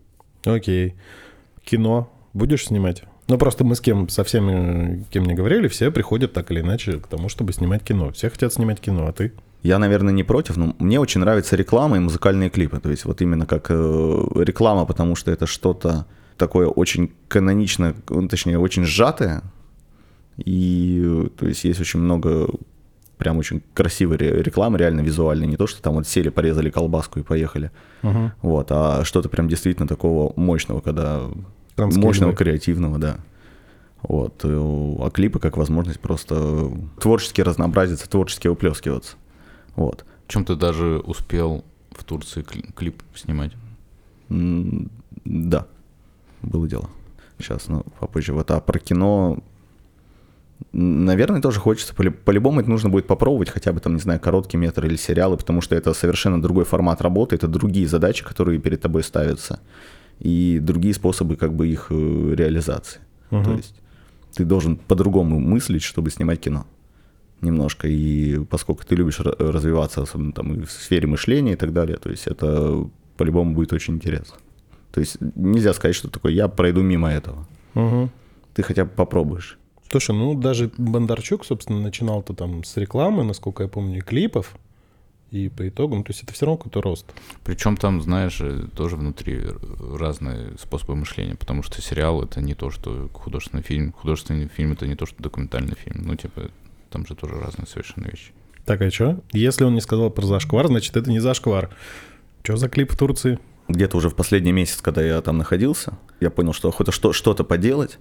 Окей. Кино будешь снимать? Ну, просто мы с кем, со всеми, кем не говорили, все приходят так или иначе к тому, чтобы снимать кино. Все хотят снимать кино, а ты? Я, наверное, не против, но мне очень нравится реклама и музыкальные клипы. То есть вот именно как э, реклама, потому что это что-то такое очень каноничное, точнее, очень сжатое. И то есть есть очень много прям очень красивой рекламы, реально визуальной. Не то, что там вот сели, порезали колбаску и поехали. Uh-huh. Вот, а что-то прям действительно такого мощного, когда... Мощного, креативного, да. Вот. А клипы как возможность просто творчески разнообразиться, творчески выплескиваться. Вот. В чем ты даже успел в Турции клип снимать? М- да, было дело. Сейчас, ну, попозже. Вот, а про кино, наверное, тоже хочется. По-любому это нужно будет попробовать, хотя бы там, не знаю, короткий метр или сериалы, потому что это совершенно другой формат работы, это другие задачи, которые перед тобой ставятся. И другие способы как бы их реализации. Uh-huh. То есть ты должен по-другому мыслить, чтобы снимать кино немножко. И поскольку ты любишь развиваться, особенно там и в сфере мышления и так далее, то есть это по-любому будет очень интересно. То есть нельзя сказать, что такое я пройду мимо этого. Uh-huh. Ты хотя бы попробуешь. Слушай, ну даже Бондарчук, собственно, начинал-то там с рекламы, насколько я помню, и клипов. И по итогам, то есть это все равно какой-то рост. Причем там, знаешь, тоже внутри разные способы мышления, потому что сериал — это не то, что художественный фильм, художественный фильм — это не то, что документальный фильм. Ну, типа, там же тоже разные совершенно вещи. Так, а что? Если он не сказал про зашквар, значит, это не зашквар. Что за клип в Турции? Где-то уже в последний месяц, когда я там находился, я понял, что охота что-то поделать.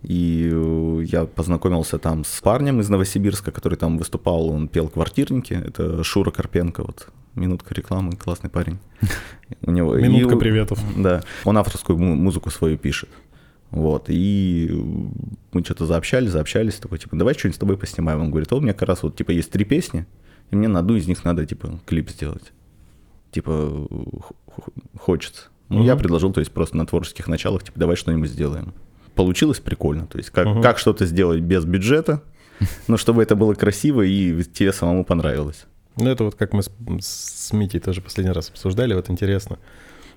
И я познакомился там с парнем из Новосибирска, который там выступал, он пел «Квартирники». Это Шура Карпенко, вот, минутка рекламы, классный парень. У него, минутка и, приветов. Да, он авторскую музыку свою пишет. Вот, и мы что-то заобщались, заобщались, такой, типа, давай что-нибудь с тобой поснимаем. Он говорит, о, у меня как раз вот, типа, есть три песни, и мне на одну из них надо, типа, клип сделать. Типа, хочется. Ну, uh-huh. я предложил, то есть, просто на творческих началах, типа, давай что-нибудь сделаем. Получилось прикольно, то есть как, uh-huh. как что-то сделать без бюджета, но чтобы это было красиво и тебе самому понравилось. Ну это вот как мы с, с Митей тоже последний раз обсуждали, вот интересно.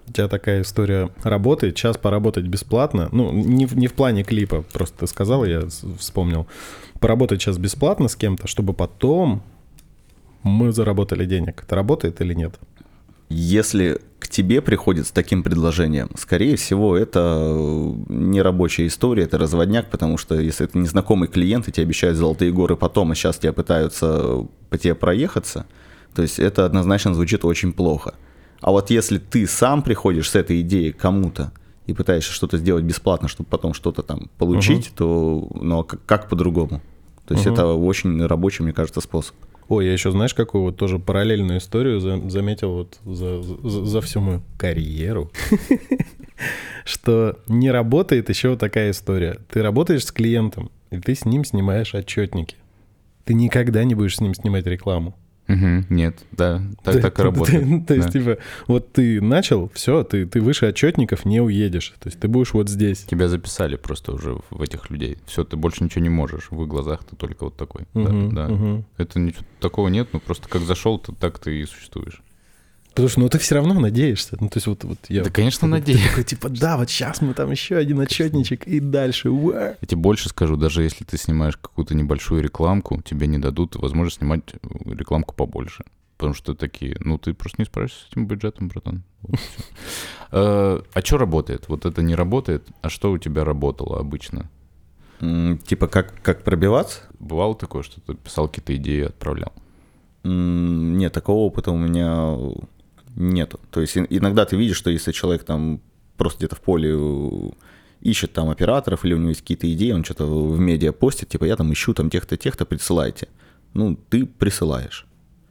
У тебя такая история работает, час поработать бесплатно, ну, не в, не в плане клипа, просто ты сказал, я вспомнил, поработать час бесплатно с кем-то, чтобы потом мы заработали денег. Это работает или нет? Если к тебе приходит с таким предложением, скорее всего, это не рабочая история, это разводняк, потому что если это незнакомый клиент, и тебе обещают золотые горы потом, а сейчас тебя пытаются по тебе проехаться, то есть это однозначно звучит очень плохо. А вот если ты сам приходишь с этой идеей к кому-то и пытаешься что-то сделать бесплатно, чтобы потом что-то там получить, uh-huh. то ну, а как, как по-другому? То есть uh-huh. это очень рабочий, мне кажется, способ. Ой, я еще, знаешь, какую вот тоже параллельную историю за, заметил вот за, за, за всю мою карьеру, что не работает еще вот такая история. Ты работаешь с клиентом, и ты с ним снимаешь отчетники. Ты никогда не будешь с ним снимать рекламу. Угу, нет, да, так, так и работает. То есть, типа, вот ты начал, все, ты, ты выше отчетников не уедешь. То есть ты будешь вот здесь. Тебя записали просто уже в этих людей. Все, ты больше ничего не можешь. В их глазах ты только вот такой. Угу, да, да. Угу. Это ничего такого нет, ну просто как зашел, то так ты и существуешь. Потому что, ну, ты все равно надеешься. Ну, то есть вот, вот я... Да, конечно, надеюсь. Ты такой, типа, да, вот сейчас мы там еще один отчетничек и дальше. Уа! Я тебе больше скажу, даже если ты снимаешь какую-то небольшую рекламку, тебе не дадут возможность снимать рекламку побольше. Потому что такие, ну, ты просто не справишься с этим бюджетом, братан. Вот а, а что работает? Вот это не работает, а что у тебя работало обычно? Типа как, как пробиваться? Бывало такое, что ты писал какие-то идеи и отправлял? Нет, такого опыта у меня нету. То есть иногда ты видишь, что если человек там просто где-то в поле ищет там операторов, или у него есть какие-то идеи, он что-то в медиа постит, типа я там ищу там тех-то, тех-то, присылайте. Ну, ты присылаешь.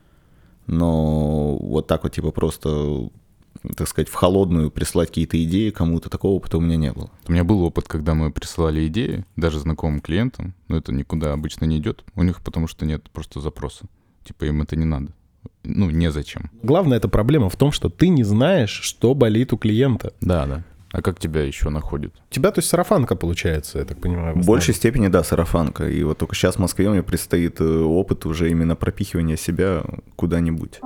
Но вот так вот типа просто, так сказать, в холодную прислать какие-то идеи кому-то, такого опыта у меня не было. У меня был опыт, когда мы присылали идеи, даже знакомым клиентам, но это никуда обычно не идет, у них потому что нет просто запроса. Типа им это не надо. Ну, незачем. Главная эта проблема в том, что ты не знаешь, что болит у клиента. Да, да. А как тебя еще находят? У тебя, то есть, сарафанка получается, я так понимаю. В большей степени, да, сарафанка. И вот только сейчас в Москве мне предстоит опыт уже именно пропихивания себя куда-нибудь.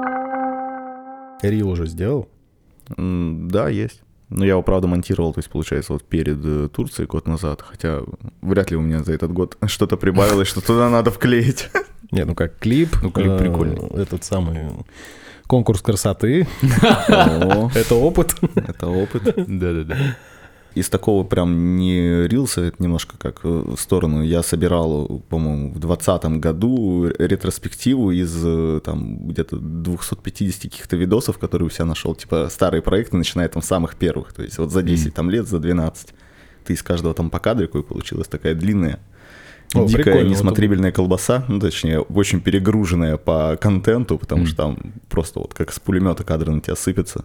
Рил уже сделал? Да, есть. Но я его, правда, монтировал, то есть, получается, вот перед Турцией год назад. Хотя вряд ли у меня за этот год что-то прибавилось, что туда надо вклеить. Не, ну как клип. Ну, клип прикольный. Этот самый конкурс красоты. Это опыт. Это опыт. Да-да-да. Из такого прям не рилса, это немножко как в сторону. Я собирал, по-моему, в двадцатом году ретроспективу из там где-то двести пятьдесят каких-то видосов, которые у себя нашел. Типа старые проекты, начиная там с самых первых. То есть вот за десять там, лет, за двенадцать. Ты из каждого там по кадрику, и получилась такая длинная, О, дикая, прикольно. Несмотрибельная колбаса. Ну, точнее, очень перегруженная по контенту, потому mm. что там просто вот как с пулемета кадры на тебя сыпятся.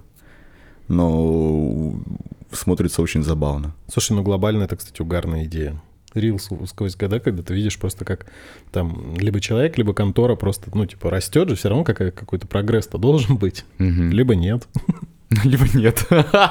Но смотрится очень забавно. Слушай, ну глобально это, кстати, угарная идея. Рилс сквозь года, когда ты видишь просто как там либо человек, либо контора просто, ну, типа, растет же, все равно какой- какой-то прогресс-то должен быть, mm-hmm. либо нет. Либо нет.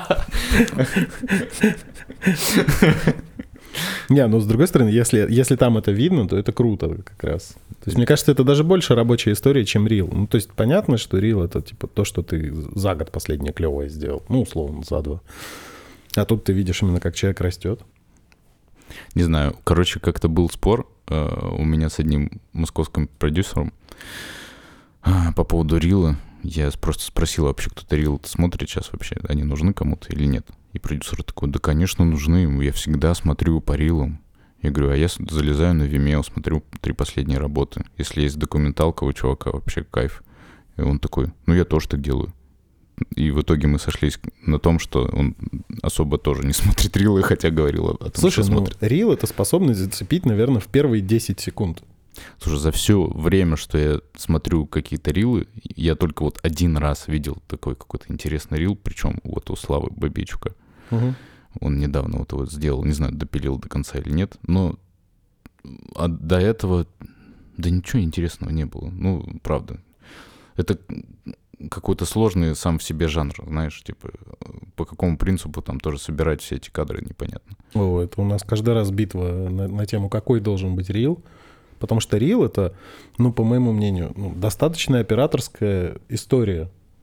Не, ну с другой стороны, если, если там это видно, то это круто как раз. То есть мне кажется, это даже больше рабочая история, чем рил. Ну то есть понятно, что рил — это типа то, что ты за год последнее клевое сделал. Ну условно, за два. А тут ты видишь именно, как человек растет. Не знаю, короче, как-то был спор э, у меня с одним московским продюсером э, по поводу рила. Я просто спросил вообще, кто-то рил смотрит сейчас вообще, они нужны кому-то или нет? И продюсер такой, да, конечно, нужны, я всегда смотрю по рилам. Я говорю, а я залезаю на Vimeo, смотрю три последние работы. Если есть документалка у чувака, вообще кайф. И он такой, ну я тоже так делаю. И в итоге мы сошлись на том, что он особо тоже не смотрит рилы, хотя говорил о том, Слушай, что ну, смотрит. Рил — это способность зацепить, наверное, в первые десять секунд. Слушай, за все время, что я смотрю какие-то рилы, я только вот один раз видел такой какой-то интересный рил, причем вот у Славы Бабичука. Угу. Он недавно вот его сделал, не знаю, допилил до конца или нет, но а до этого, да ничего интересного не было. Ну, правда. Это какой-то сложный сам в себе жанр, знаешь, типа по какому принципу там тоже собирать все эти кадры, непонятно. О, это у нас каждый раз битва на, на тему, какой должен быть рил. Потому что рил — это, ну, по моему мнению, ну, достаточно операторская история. То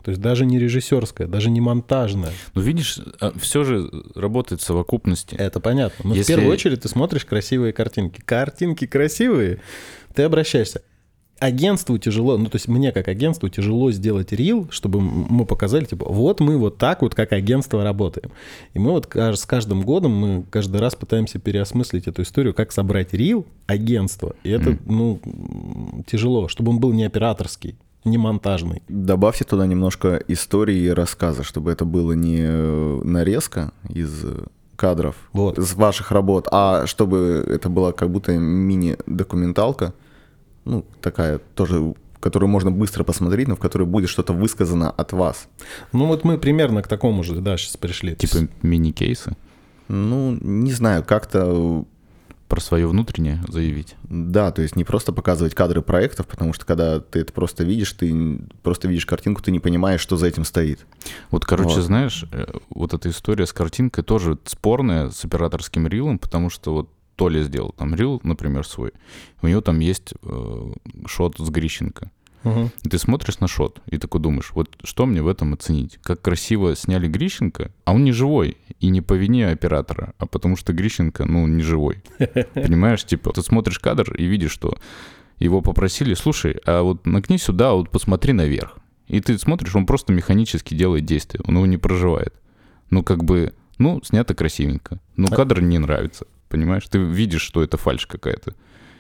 То есть даже не режиссерская, даже не монтажная. Ну, видишь, все же работает в совокупности. Это понятно. Но Если- в первую очередь ты смотришь красивые картинки. Картинки красивые, ты обращаешься. Агентству тяжело, ну, то есть мне как агентству тяжело сделать рил, чтобы мы показали, типа, вот мы вот так вот как агентство работаем. И мы вот каж- с каждым годом, мы каждый раз пытаемся переосмыслить эту историю, как собрать рил агентство. И это, Мгм. ну, м, тяжело, чтобы он был не операторский, не монтажный. Добавьте туда немножко истории и рассказа, чтобы это было не э, нарезка из э, кадров Вот. с ваших работ, а чтобы это была как будто мини-документалка, ну, такая тоже, которую можно быстро посмотреть, но в которой будет что-то высказано от вас. Ну, вот мы примерно к такому же, да, сейчас пришли. То Типа есть- мини-кейсы. Ну, не знаю, как-то, Про свое внутреннее заявить. да, то есть не просто показывать кадры проектов, потому что когда ты это просто видишь, ты просто видишь картинку, ты не понимаешь, что за этим стоит. Вот, короче, Вот. знаешь, э, вот эта история с картинкой тоже спорная с операторским рилом, потому что вот Толя сделал там рил, например, свой. У него там есть э, шот с Грищенко. Мгм. И ты смотришь на шот и такой думаешь, вот что мне в этом оценить? Как красиво сняли Грищенко, а он не живой. И не по вине оператора, а потому что Грищенко, ну, не живой. Понимаешь, типа, ты смотришь кадр и видишь, что его попросили, слушай, а вот нагни сюда, вот посмотри наверх. И ты смотришь, он просто механически делает действие, он его не проживает. Ну, как бы, ну, снято красивенько. Ну, кадр не нравится, понимаешь? Ты видишь, что это фальшь какая-то.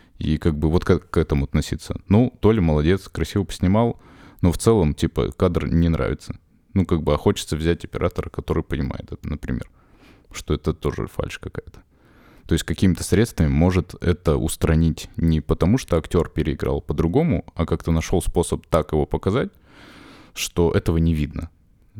И как бы вот как к этому относиться? Ну, Толя молодец, красиво поснимал, но в целом, типа, кадр не нравится. Ну, как бы, а хочется взять оператора, который понимает это, например, что это тоже фальшь какая-то. То есть какими-то средствами может это устранить не потому, что актер переиграл по-другому, а как-то нашел способ так его показать, что этого не видно.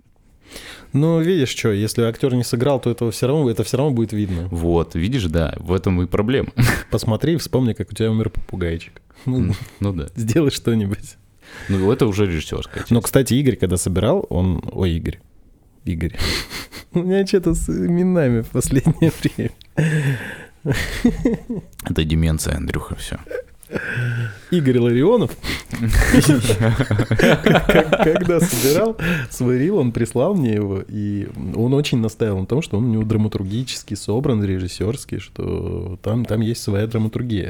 Ну, видишь, что, если актер не сыграл, то этого все равно, это все равно будет видно. Вот, видишь, да, в этом и проблема. Посмотри и вспомни, как у тебя умер попугайчик. Ну, Ну да. сделай что-нибудь. Ну, это уже режиссерская часть. Но, кстати, Игорь, когда собирал, он... Ой, Игорь. Игорь. У меня что-то с именами в последнее время. Это деменция, Андрюха, все. Игорь Ларионов, когда собирал свой рил, он прислал мне его, и он очень настаивал на том, что он у него драматургически собран, режиссерский, что там, там есть своя драматургия.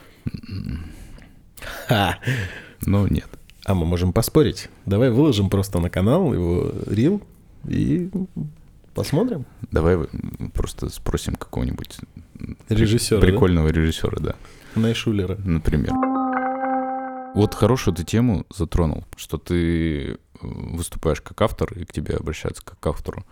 Ха. Ну, нет. А мы можем поспорить. Давай выложим просто на канал его рил и посмотрим. Давай вы- просто спросим какого-нибудь Режиссера, да? прикольного режиссера, да, Найшулера. например. Вот хорошую ты тему затронул, что ты э, выступаешь как автор, и к тебе обращаются как к автору.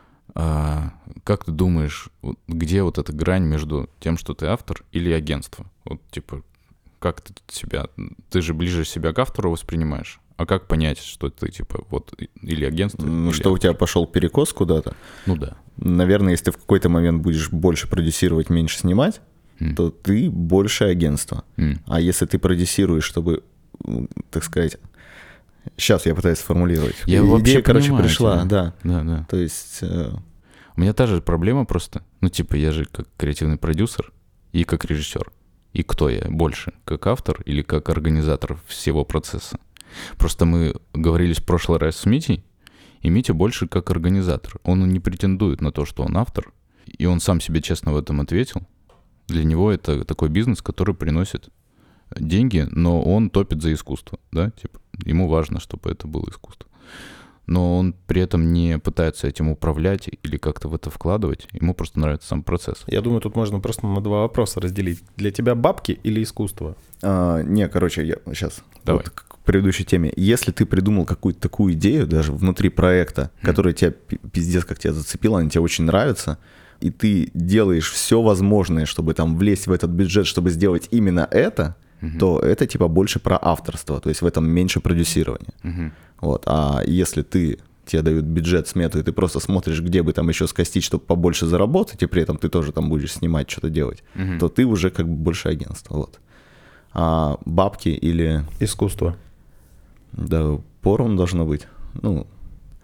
А как ты думаешь, вот где вот эта грань между тем, что ты автор, или агентство? Вот, типа, как ты себя... Ты же ближе себя к автору воспринимаешь. А как понять, что ты, типа, вот, и- или агентство, Ну, или что у автор? тебя пошел перекос куда-то. Ну да. Наверное, если ты в какой-то момент будешь больше продюсировать, меньше снимать, М. то ты больше агентство. М. А если ты продюсируешь, чтобы, м, так сказать... Сейчас я пытаюсь сформулировать. Я Идея, вообще короче, понимаю пришла, тебя. да. Да, да. То есть... э, У меня та же проблема просто. Ну, типа, я же как креативный продюсер и как режиссер. И кто я больше? Как автор или как организатор всего процесса? Просто мы говорили в прошлый раз с Митей, и Митя больше как организатор. Он не претендует на то, что он автор, и он сам себе честно в этом ответил. Для него это такой бизнес, который приносит деньги, но он топит за искусство, да, типа, ему важно, чтобы это было искусство. Но он при этом не пытается этим управлять или как-то в это вкладывать, ему просто нравится сам процесс. Я думаю, тут можно просто на два вопроса разделить. Для тебя бабки или искусство? а, не, короче, я сейчас... Давай. Вот к предыдущей теме. Если ты придумал какую-то такую идею, даже внутри проекта, которая тебя пи- пиздец как тебя зацепила, она тебе очень нравится, и ты делаешь все возможное, чтобы там влезть в этот бюджет, чтобы сделать именно это, Мгм. то это типа больше про авторство, то есть в этом меньше продюсирования. Мгм. Вот. А если ты тебе дают бюджет, смету, и ты просто смотришь, где бы там еще скостить, чтобы побольше заработать, и при этом ты тоже там будешь снимать, что-то делать, Мгм. то ты уже как бы больше агентство. Вот. А бабки или... Искусство. Да, поровну должно быть. Ну,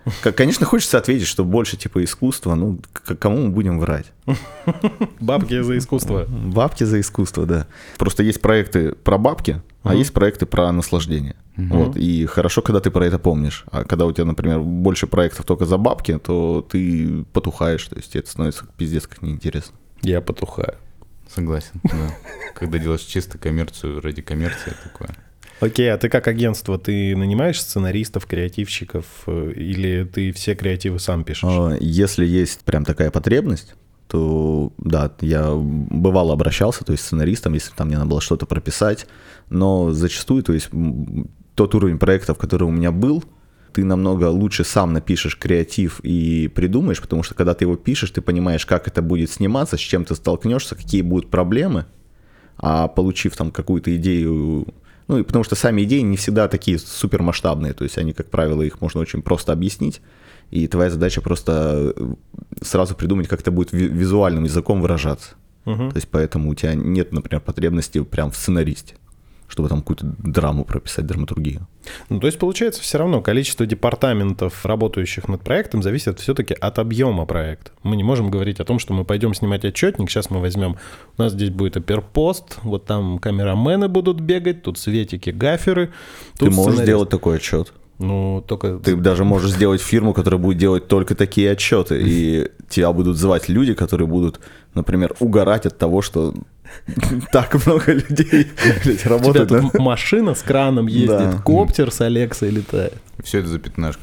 Конечно, хочется ответить, что больше типа искусства, ну, к кому мы будем врать? Бабки за искусство. Бабки за искусство, да. Просто есть проекты про бабки, uh-huh. а есть проекты про наслаждение. Uh-huh. Вот. И хорошо, когда ты про это помнишь. А когда у тебя, например, больше проектов только за бабки, то ты потухаешь, то есть это становится пиздец как неинтересно. Я потухаю. Согласен, да. Когда делаешь чисто коммерцию ради коммерции, такое. Окей, а ты как агентство, ты нанимаешь сценаристов, креативщиков, или ты все креативы сам пишешь? Если есть прям такая потребность, то да, я бывало обращался, то есть сценаристом, если там мне надо было что-то прописать, но зачастую, то есть тот уровень проектов, который у меня был, ты намного лучше сам напишешь креатив и придумаешь, потому что когда ты его пишешь, ты понимаешь, как это будет сниматься, с чем ты столкнешься, какие будут проблемы, а получив там какую-то идею... Ну, и потому что сами идеи не всегда такие супермасштабные, то есть они, как правило, их можно очень просто объяснить, и твоя задача просто сразу придумать, как это будет визуальным языком выражаться. Uh-huh. То есть поэтому у тебя нет, например, потребности прям в сценаристе, чтобы там какую-то драму прописать, драматургию. Ну, то есть, получается, все равно количество департаментов, работающих над проектом, зависит все-таки от объема проекта. Мы не можем говорить о том, что мы пойдем снимать отчетник, сейчас мы возьмем, у нас здесь будет оперпост, вот там камерамены будут бегать, тут светики, гаферы. Ты можешь сценарист. Сделать такой отчет. Ну, только... Ты даже можешь сделать фирму, которая будет делать только такие отчеты, и тебя будут звать люди, которые будут, например, угорать от того, что... Так много людей работает. У тебя тут машина с краном ездит, да. Коптер с Алексой летает. Все это за пятнашку.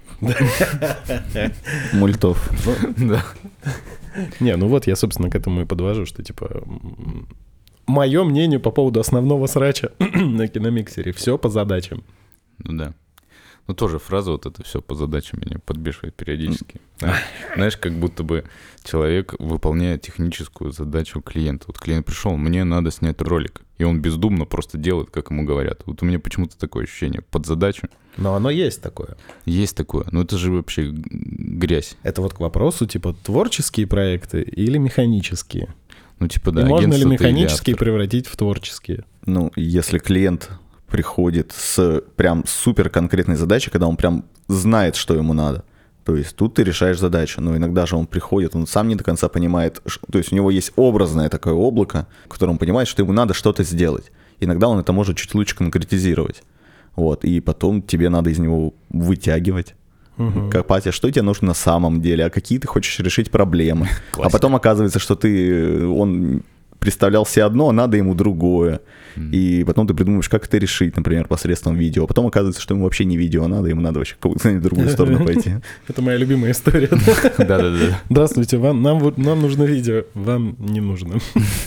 Мультов. Да. Не, ну вот я, собственно, к этому и подвожу, что типа... Мое мнение по поводу основного срача на Киномиксере. Все по задачам. Ну да. Ну, тоже фраза вот это все по задачам меня подбешивает периодически. Знаешь, как будто бы человек выполняет техническую задачу клиента. Вот клиент пришел, мне надо снять ролик, и он бездумно просто делает, как ему говорят. Вот у меня почему-то такое ощущение под задачу. Но оно есть такое. Есть такое, но это же вообще грязь. Это вот к вопросу, типа, творческие проекты или механические? Ну, типа, да. И можно ли механические превратить в творческие? Ну, если клиент... приходит с прям супер конкретной задачей, когда он прям знает, что ему надо. То есть тут ты решаешь задачу, но иногда же он приходит, он сам не до конца понимает, то есть у него есть образное такое облако, в котором он понимает, что ему надо что-то сделать. Иногда он это может чуть лучше конкретизировать. Вот, и потом тебе надо из него вытягивать. Угу. Копать, а что тебе нужно на самом деле, а какие ты хочешь решить проблемы. А потом оказывается, что ты, он... представлял себе одно, а надо ему другое. Mm. И потом ты придумаешь, как это решить, например, посредством видео. А потом оказывается, что ему вообще не видео надо, ему надо вообще в другую сторону пойти. Это моя любимая история. Да-да-да. Здравствуйте, нам нужно видео, вам не нужно.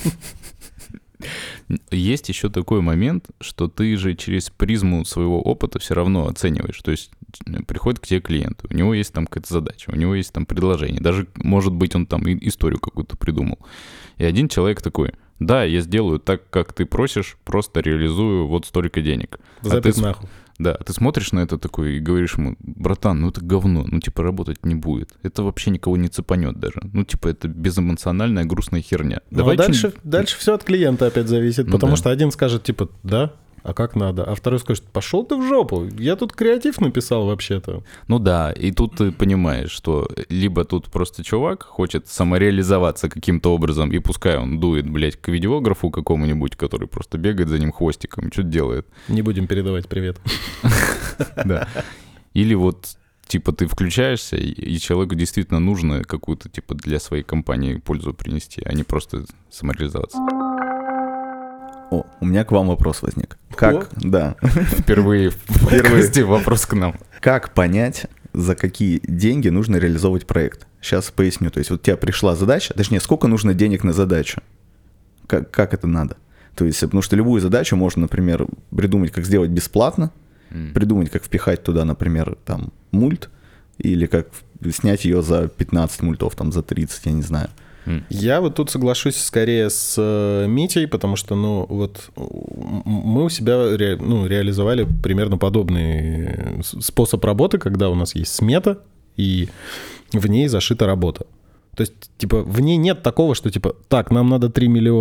Есть еще такой момент, что ты же через призму своего опыта все равно оцениваешь. То есть приходит к тебе клиент, у него есть там какая-то задача, у него есть там предложение. Даже, может быть, он там историю какую-то придумал. И один человек такой: да, я сделаю так, как ты просишь, просто реализую вот столько денег. За а ты, нахуй. Да, ты смотришь на это такой и говоришь ему: братан, ну это говно, ну типа работать не будет. Это вообще никого не цепанет даже. Ну типа это безэмоциональная грустная херня. Ну, Давай а дальше, дальше все от клиента опять зависит, ну, потому да. что один скажет типа да, а как надо? А второй скажет: пошел ты в жопу, я тут креатив написал вообще-то. Ну да, и тут ты понимаешь, что либо тут просто чувак хочет самореализоваться каким-то образом, и пускай он дует, блядь, к видеографу какому-нибудь, который просто бегает за ним хвостиком, что-то делает. Не будем передавать привет. Да. Или вот типа ты включаешься, и человеку действительно нужно какую-то типа для своей компании пользу принести, а не просто самореализоваться. О, у меня к вам вопрос возник. Как, О? да. Впервые в подкасте вопрос к нам. Как понять, за какие деньги нужно реализовывать проект? Сейчас поясню. То есть вот у тебя пришла задача, точнее, сколько нужно денег на задачу? Как, как это надо? То есть, потому что любую задачу можно, например, придумать, как сделать бесплатно, mm. придумать, как впихать туда, например, там, мульт, или как снять ее за пятнадцать мультов, там, за тридцать, я не знаю. Я вот тут соглашусь скорее с э, Митей, потому что, ну, вот мы у себя ре, ну, реализовали примерно подобный способ работы, когда у нас есть смета, и в ней зашита работа. То есть, типа, в ней нет такого, что, типа, так, нам надо три миллиона,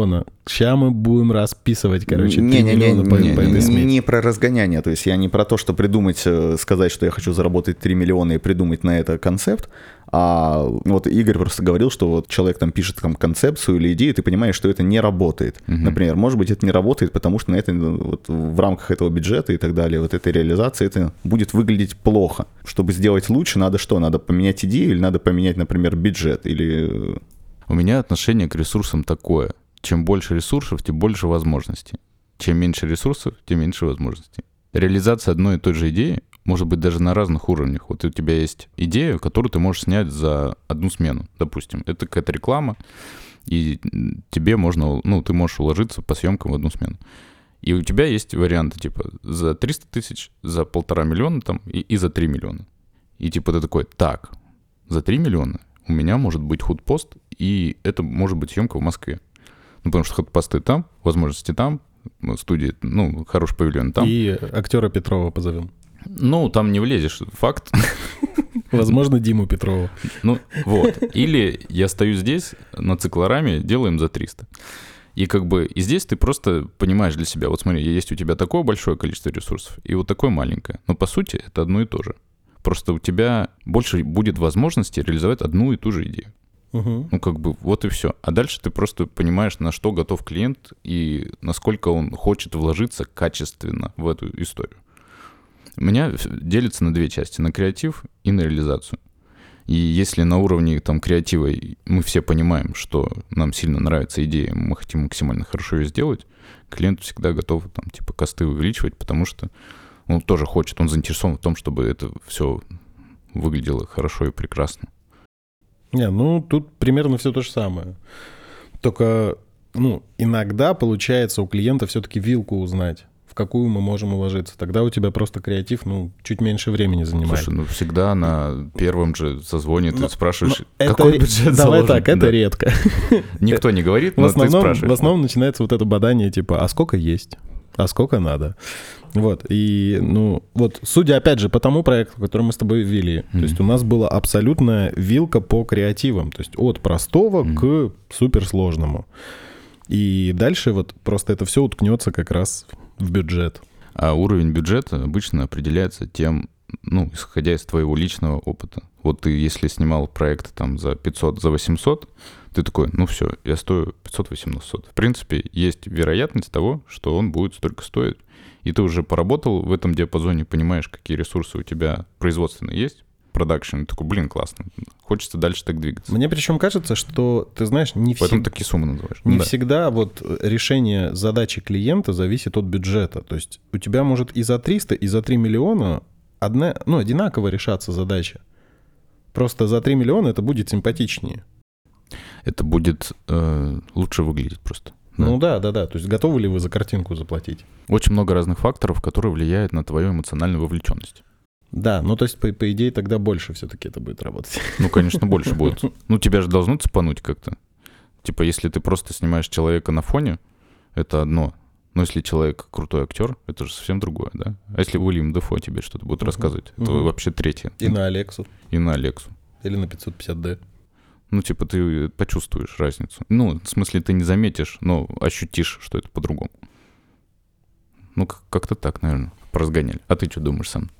Сейчас мы будем расписывать, короче, не, не, не, миллиона по, не, по этой не, смете. не про разгоняние, то есть я не про то, что придумать, сказать, что я хочу заработать три миллиона и придумать на это концепт, а вот Игорь просто говорил, что вот человек там пишет там концепцию или идею, ты понимаешь, что это не работает. Uh-huh. Например, может быть, это не работает, потому что на это, вот, в рамках этого бюджета и так далее, вот этой реализации это будет выглядеть плохо. Чтобы сделать лучше, надо что? Надо поменять идею или надо поменять, например, бюджет? Или... У меня отношение к ресурсам такое. Чем больше ресурсов, тем больше возможностей. Чем меньше ресурсов, тем меньше возможностей. Реализация одной и той же идеи может быть даже на разных уровнях. Вот у тебя есть идея, которую ты можешь снять за одну смену, допустим. Это какая-то реклама, и тебе можно, ну, ты можешь уложиться по съемкам в одну смену. И у тебя есть варианты, типа, за триста тысяч, за полтора миллиона там, и, и за три миллиона. И типа ты такой, так, за три миллиона у меня может быть худпост, и это может быть съемка в Москве. Ну, потому что худпосты там, возможности там, студии, ну, хороший павильон там. И актера Петрова позовем. Ну, там не влезешь, факт. Возможно, Диму Петрова. Ну, вот. Или я стою здесь, на циклораме, делаем за триста. И как бы, и здесь ты просто понимаешь для себя, вот смотри, есть у тебя такое большое количество ресурсов, и вот такое маленькое. Но по сути это одно и то же. Просто у тебя больше будет возможности реализовать одну и ту же идею. Угу. Ну, как бы, вот и все. А дальше ты просто понимаешь, на что готов клиент и насколько он хочет вложиться качественно в эту историю. У меня делится на две части, на креатив и на реализацию. И если на уровне там креатива мы все понимаем, что нам сильно нравится идея, мы хотим максимально хорошо ее сделать, клиент всегда готов там типа косты увеличивать, потому что он тоже хочет, он заинтересован в том, чтобы это все выглядело хорошо и прекрасно. Не, ну тут примерно все то же самое. Только, ну, иногда получается у клиента все-таки вилку узнать, в какую мы можем уложиться. Тогда у тебя просто креатив, ну, чуть меньше времени занимает. Слушай, ну всегда на первом же созвоне ты но, спрашиваешь, но какой это, бюджет давай заложен? так, это да. редко. Никто не говорит, в но основном, ты спрашиваешь. В основном начинается вот это бадание, типа, а сколько есть? А сколько надо? Вот, и, ну, вот, судя, опять же, по тому проекту, который мы с тобой ввели, mm-hmm. то есть у нас была абсолютная вилка по креативам, то есть от простого mm-hmm. к суперсложному. И дальше вот просто это все уткнется как раз в бюджет. А уровень бюджета обычно определяется тем, ну, исходя из твоего личного опыта. Вот ты, если снимал проект там за пятьсот, за восемьсот, ты такой, ну все, я стою пятьсот-восемьсот. В принципе, есть вероятность того, что он будет столько стоить. И ты уже поработал в этом диапазоне, понимаешь, какие ресурсы у тебя производственные есть, продакшн, и такой, блин, классно, хочется дальше так двигаться. Мне причем кажется, что, ты знаешь, не, Поэтому всег... такие суммы называешь. не да. всегда вот решение задачи клиента зависит от бюджета. То есть у тебя может и за триста, и за три миллиона одна, ну, одинаково решаться задача. Просто за три миллиона это будет симпатичнее. Это будет э, лучше выглядеть просто. Да. Ну да, да, да. То есть готовы ли вы за картинку заплатить? Очень много разных факторов, которые влияют на твою эмоциональную вовлеченность. Да, ну то есть, по, по идее, тогда больше все-таки это будет работать. Ну, конечно, больше будет. Ну, тебя же должно цепануть как-то. Типа, если ты просто снимаешь человека на фоне, это одно. Но если человек крутой актер, это же совсем другое, да? А если Уильям Дефо тебе что-то будет uh-huh. рассказывать, это uh-huh. вообще третье. И на Алексу. И на Алексу. Или на пятьсот пятьдесят дэ. Ну, типа, ты почувствуешь разницу. Ну, в смысле, ты не заметишь, но ощутишь, что это по-другому. Ну, как-то так, наверное, поразгоняли. А ты что думаешь сам?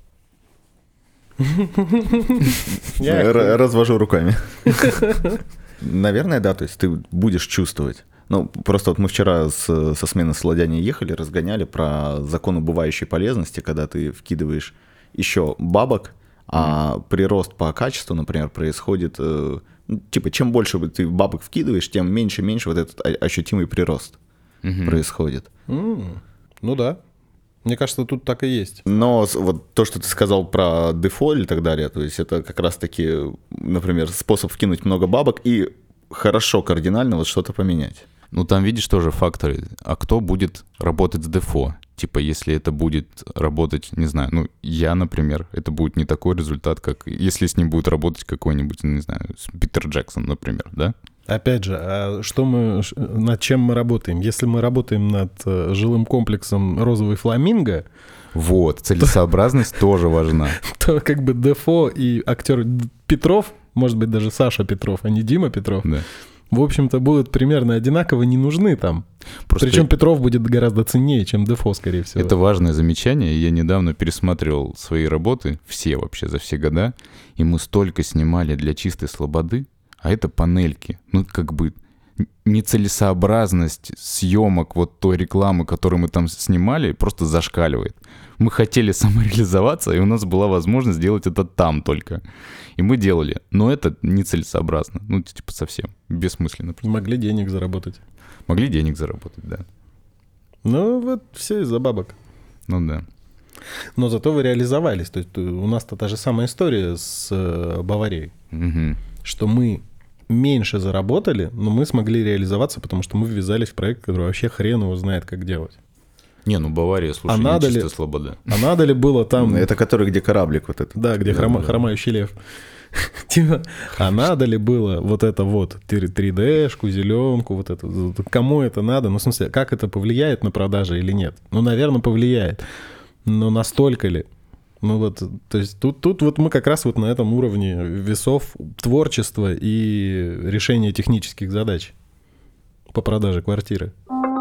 Я развожу руками. Наверное, да, то есть ты будешь чувствовать. Ну, просто вот мы вчера с, со смены Солодяни ехали, разгоняли про закон убывающей полезности, когда ты вкидываешь еще бабок, а mm-hmm. прирост по качеству, например, происходит, э, типа, чем больше ты бабок вкидываешь, тем меньше-меньше вот этот ощутимый прирост mm-hmm. происходит. Mm-hmm. Ну да. Мне кажется, тут так и есть. Но вот то, что ты сказал про дефолт и так далее, то есть это как раз-таки, например, способ вкинуть много бабок и хорошо кардинально вот что-то поменять. Ну, там видишь тоже факторы. А кто будет работать с дефо? Типа, если это будет работать, не знаю, ну, я, например, это будет не такой результат, как если с ним будет работать какой-нибудь, не знаю, Питер Джексон, например, да? Опять же, а что мы, над чем мы работаем? Если мы работаем над жилым комплексом «Розовый фламинго», вот, целесообразность тоже важна. То как бы Дефо и актер Петров, может быть, даже Саша Петров, а не Дима Петров, да. в общем-то, будут примерно одинаково не нужны там. Просто Причем Петров будет гораздо ценнее, чем Дефо, скорее всего. это важное замечание. Я недавно пересматривал свои работы, все вообще, за все года, и мы столько снимали для чистой слободы, а это панельки. Ну, как бы нецелесообразность съемок вот той рекламы, которую мы там снимали, просто зашкаливает. Мы хотели самореализоваться, и у нас была возможность сделать это там только. И мы делали. Но это нецелесообразно. Ну, типа совсем. Бессмысленно. Могли денег заработать. Могли денег заработать, да. Ну, вот все из-за бабок. Ну да. Но зато вы реализовались. То есть у нас-то та же самая история с э, Баварией. Угу. Что мы меньше заработали, но мы смогли реализоваться, потому что мы ввязались в проект, который вообще хрен его знает, как делать. Не, ну Бавария, слушай, А не надо чисто ли- слобода. А надо ли было там... Это который, где кораблик вот этот. Да, где Да, хрома- да. хромающий лев. Типа, а надо ли было вот это вот три дэ-шку, зеленку, вот это? Кому это надо? Ну, в смысле, как это повлияет на продажи или нет? Ну, наверное, повлияет. Но настолько ли? Ну вот, то есть тут, тут вот мы как раз вот на этом уровне весов творчества и решения технических задач по продаже квартиры.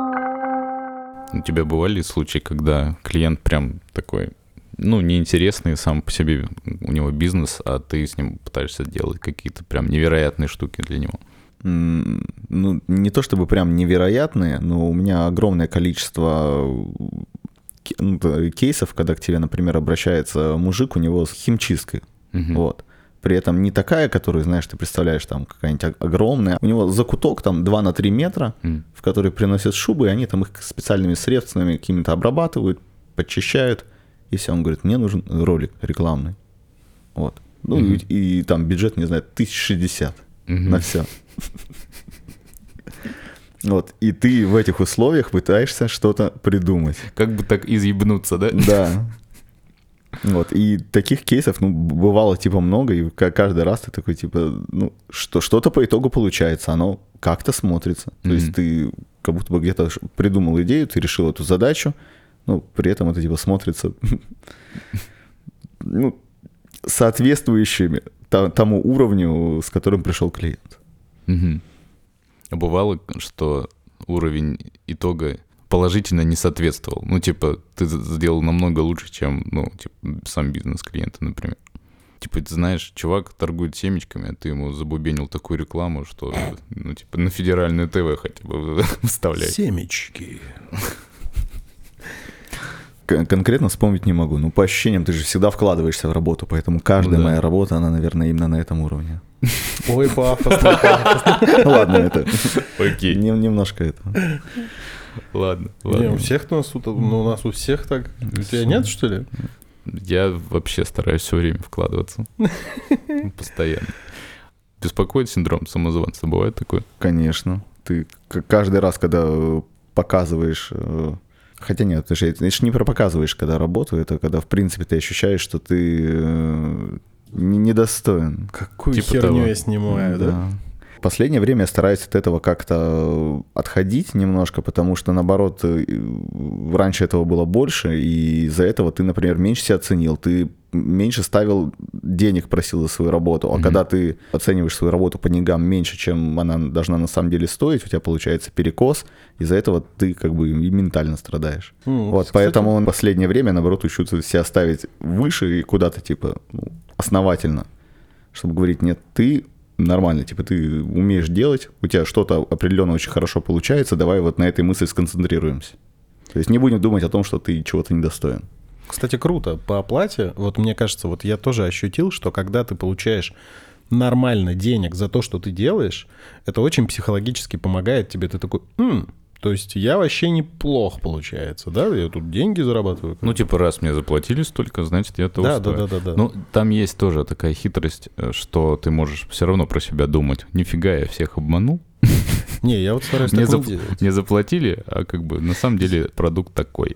У тебя бывали случаи, когда клиент прям такой, ну, неинтересный сам по себе, у него бизнес, а ты с ним пытаешься делать какие-то прям невероятные штуки для него? М, Ну, не то чтобы прям невероятные, но у меня огромное количество ке- ну, т- кейсов, когда к тебе, например, обращается мужик, у него с химчисткой. Мгм. Вот. При этом не такая, которую, знаешь, ты представляешь, там какая-нибудь о- огромная. У него закуток там два на три метра, М. в который приносят шубы, и они там их специальными средствами какими-то обрабатывают, подчищают. И все, он говорит, мне нужен ролик рекламный. Вот. Ну, Мгм. и, и там бюджет, не знаю, тысяч шестьдесят Мгм. на все. Вот. И ты в этих условиях пытаешься что-то придумать. Как бы так изъебнуться, да? Да. Вот, и таких кейсов, ну, бывало, типа, много, и ка- каждый раз ты такой, типа, ну, что, что-то по итогу получается, оно как-то смотрится. То Мгм. есть ты как будто бы где-то ш- придумал идею, ты решил эту задачу, ну, при этом это, типа, смотрится, ну, соответствующими та- тому уровню, с которым пришел клиент. Мгм. А бывало, что уровень итога положительно не соответствовал? Ну, типа, ты з- сделал намного лучше, чем, ну, типа, сам бизнес клиента, например. Типа, ты знаешь, чувак торгует семечками, а ты ему забубенил такую рекламу, что, ну, типа, на федеральное ТВ хотя бы выставляй. Семечки. Кон- Конкретно вспомнить не могу. Ну, по ощущениям, ты же всегда вкладываешься в работу, поэтому каждая Ну да. моя работа, она, наверное, именно на этом уровне. Ой, пафосно, пафосно. Ладно, это Окей, нем- немножко это. ладно, Не, у ладно. всех у нас, тут- ну, у нас у всех так. У тебя нет, что ли? Я вообще стараюсь все время вкладываться. Постоянно. Беспокоит синдром самозванца? Бывает такое? Конечно. Ты к- каждый раз, когда э, показываешь... э, Хотя нет, это же, это же не про показываешь, когда работу, это когда, в принципе, ты ощущаешь, что ты э, не- недостоин. Какую Типа херню того. я снимаю, да? В последнее время я стараюсь от этого как-то отходить немножко, потому что, наоборот, э, раньше этого было больше, и из-за этого ты, например, меньше себя ценил, ты меньше ставил денег, просил за свою работу, а Мгм. когда ты оцениваешь свою работу по деньгам меньше, чем она должна на самом деле стоить, у тебя получается перекос, из-за этого ты как бы и ментально страдаешь. Ну, Вот, кстати, поэтому в последнее время, наоборот, учусь себя ставить выше и куда-то, типа, ну, основательно, чтобы говорить, нет, ты нормально, типа, ты умеешь делать, у тебя что-то определенно очень хорошо получается, давай вот на этой мысли сконцентрируемся. То есть не будем думать о том, что ты чего-то недостоин. Кстати, круто. По оплате, вот мне кажется, вот я тоже ощутил, что когда ты получаешь нормально денег за то, что ты делаешь, это очень психологически помогает тебе. Ты такой, «М, то есть я вообще неплохо получается, да? Я тут деньги зарабатываю». Ну, типа, раз мне заплатили столько, значит, я того да, да, стою. да, да, да. Ну, там есть тоже такая хитрость, э, что ты можешь все равно про себя думать. Нифига, я всех обманул. Не, я вот стараюсь Мне, так не зап- делать. мне заплатили, а как бы на самом деле продукт такой.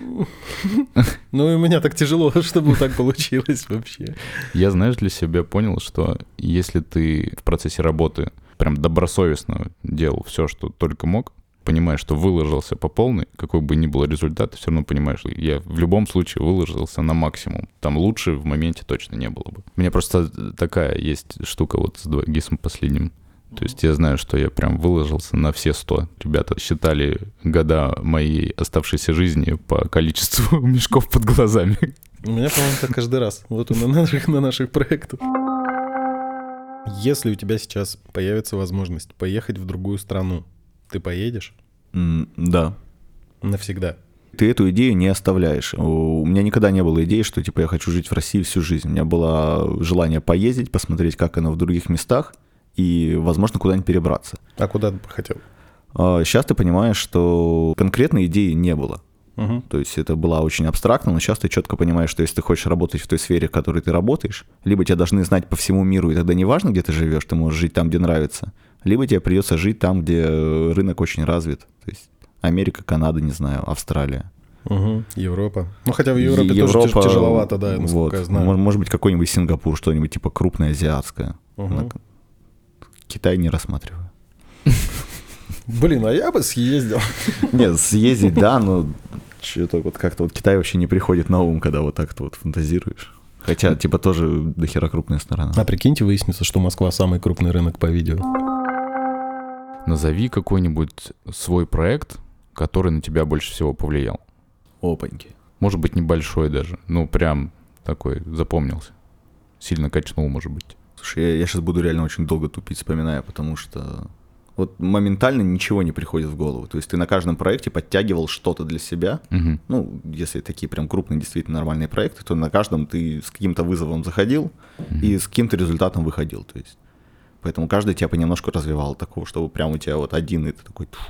Ну, и у меня так тяжело, чтобы так получилось вообще. Я, знаешь, для себя понял, что если ты в процессе работы прям добросовестно делал все, что только мог, понимаешь, что выложился по полной, какой бы ни был результат, ты все равно понимаешь, я в любом случае выложился на максимум. Там лучше в моменте точно не было бы. У меня просто такая есть штука вот с два гисом последним. То есть я знаю, что я прям выложился на все сто. Ребята считали года моей оставшейся жизни по количеству мешков под глазами. У меня, по-моему, так каждый раз. Вот на наших, на наших проектах. Если у тебя сейчас появится возможность поехать в другую страну, ты поедешь? М, Да. Навсегда. Ты эту идею не оставляешь. У меня никогда не было идеи, что типа я хочу жить в России всю жизнь. У меня было желание поездить, посмотреть, как оно в других местах, и, возможно, куда-нибудь перебраться. А куда ты бы хотел? Сейчас ты понимаешь, что конкретной идеи не было. Угу. То есть это была очень абстрактно, но сейчас ты четко понимаешь, что если ты хочешь работать в той сфере, в которой ты работаешь, либо тебя должны знать по всему миру, и тогда не важно, где ты живешь, ты можешь жить там, где нравится, либо тебе придется жить там, где рынок очень развит. То есть Америка, Канада, не знаю, Австралия. Угу. Европа. Ну, хотя в Европе Европа, тоже тяжеловато, да, насколько вот. я знаю. Может, может быть, какой-нибудь Сингапур, что-нибудь типа крупное азиатское. Угу. Китай не рассматриваю. Блин, а я бы съездил. Нет, съездить, да, но что-то вот как-то вот Китай вообще не приходит на ум, когда вот так вот фантазируешь. Хотя, типа, тоже дохера крупная сторона. А прикиньте, выяснится, что Москва самый крупный рынок по видео. Назови какой-нибудь свой проект, который на тебя больше всего повлиял. Опаньки. Может быть, небольшой даже. Ну, прям такой запомнился. Сильно качнул, может быть. Слушай, я, я сейчас буду реально очень долго тупить, вспоминая, потому что вот моментально ничего не приходит в голову. То есть ты на каждом проекте подтягивал что-то для себя. Угу. Ну, если такие прям крупные, действительно нормальные проекты, то на каждом ты с каким-то вызовом заходил Угу. и с каким-то результатом выходил. То есть, поэтому каждый тебя понемножку развивал такого, чтобы прям у тебя вот один, и ты такой... Тьфу,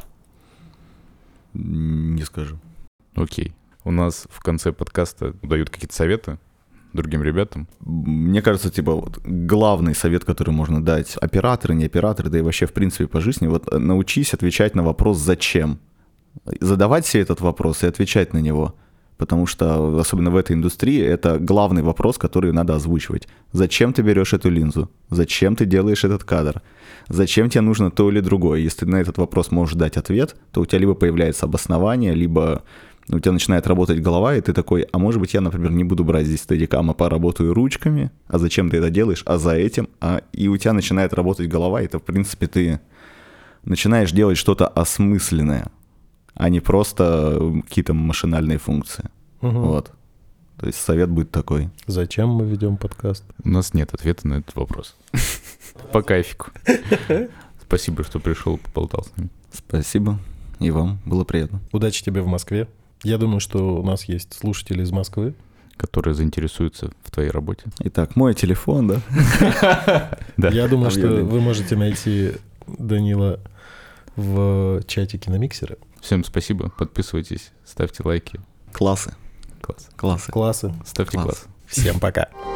не скажу. Окей. У нас в конце подкаста дают какие-то советы другим ребятам. Мне кажется, типа, вот главный совет, который можно дать операторы, не операторы, да и вообще, в принципе, по жизни, вот научись отвечать на вопрос «зачем?». Задавать себе этот вопрос и отвечать на него. Потому что, особенно в этой индустрии, это главный вопрос, который надо озвучивать. Зачем ты берешь эту линзу? Зачем ты делаешь этот кадр? Зачем тебе нужно то или другое? Если ты на этот вопрос можешь дать ответ, то у тебя либо появляется обоснование, либо у тебя начинает работать голова, и ты такой, а может быть я, например, не буду брать здесь стедикам, а поработаю ручками, а зачем ты это делаешь, а за этим, а... и у тебя начинает работать голова, и это, в принципе, ты начинаешь делать что-то осмысленное, а не просто какие-то машинальные функции. Угу. Вот. То есть совет будет такой. Зачем мы ведем подкаст? У нас нет ответа на этот вопрос. По кайфику. Спасибо, что пришел, поболтал с нами. Спасибо. И вам. Было приятно. Удачи тебе в Москве. Я думаю, что у нас есть слушатели из Москвы. Которые заинтересуются в твоей работе. Итак, мой телефон, да? Да. Я думаю, что Объявление. вы можете найти Данила в чатике на Миксере. Всем спасибо. Подписывайтесь, ставьте лайки. Классы. Класс. Классы. Классы. Ставьте Класс. класс. Всем пока.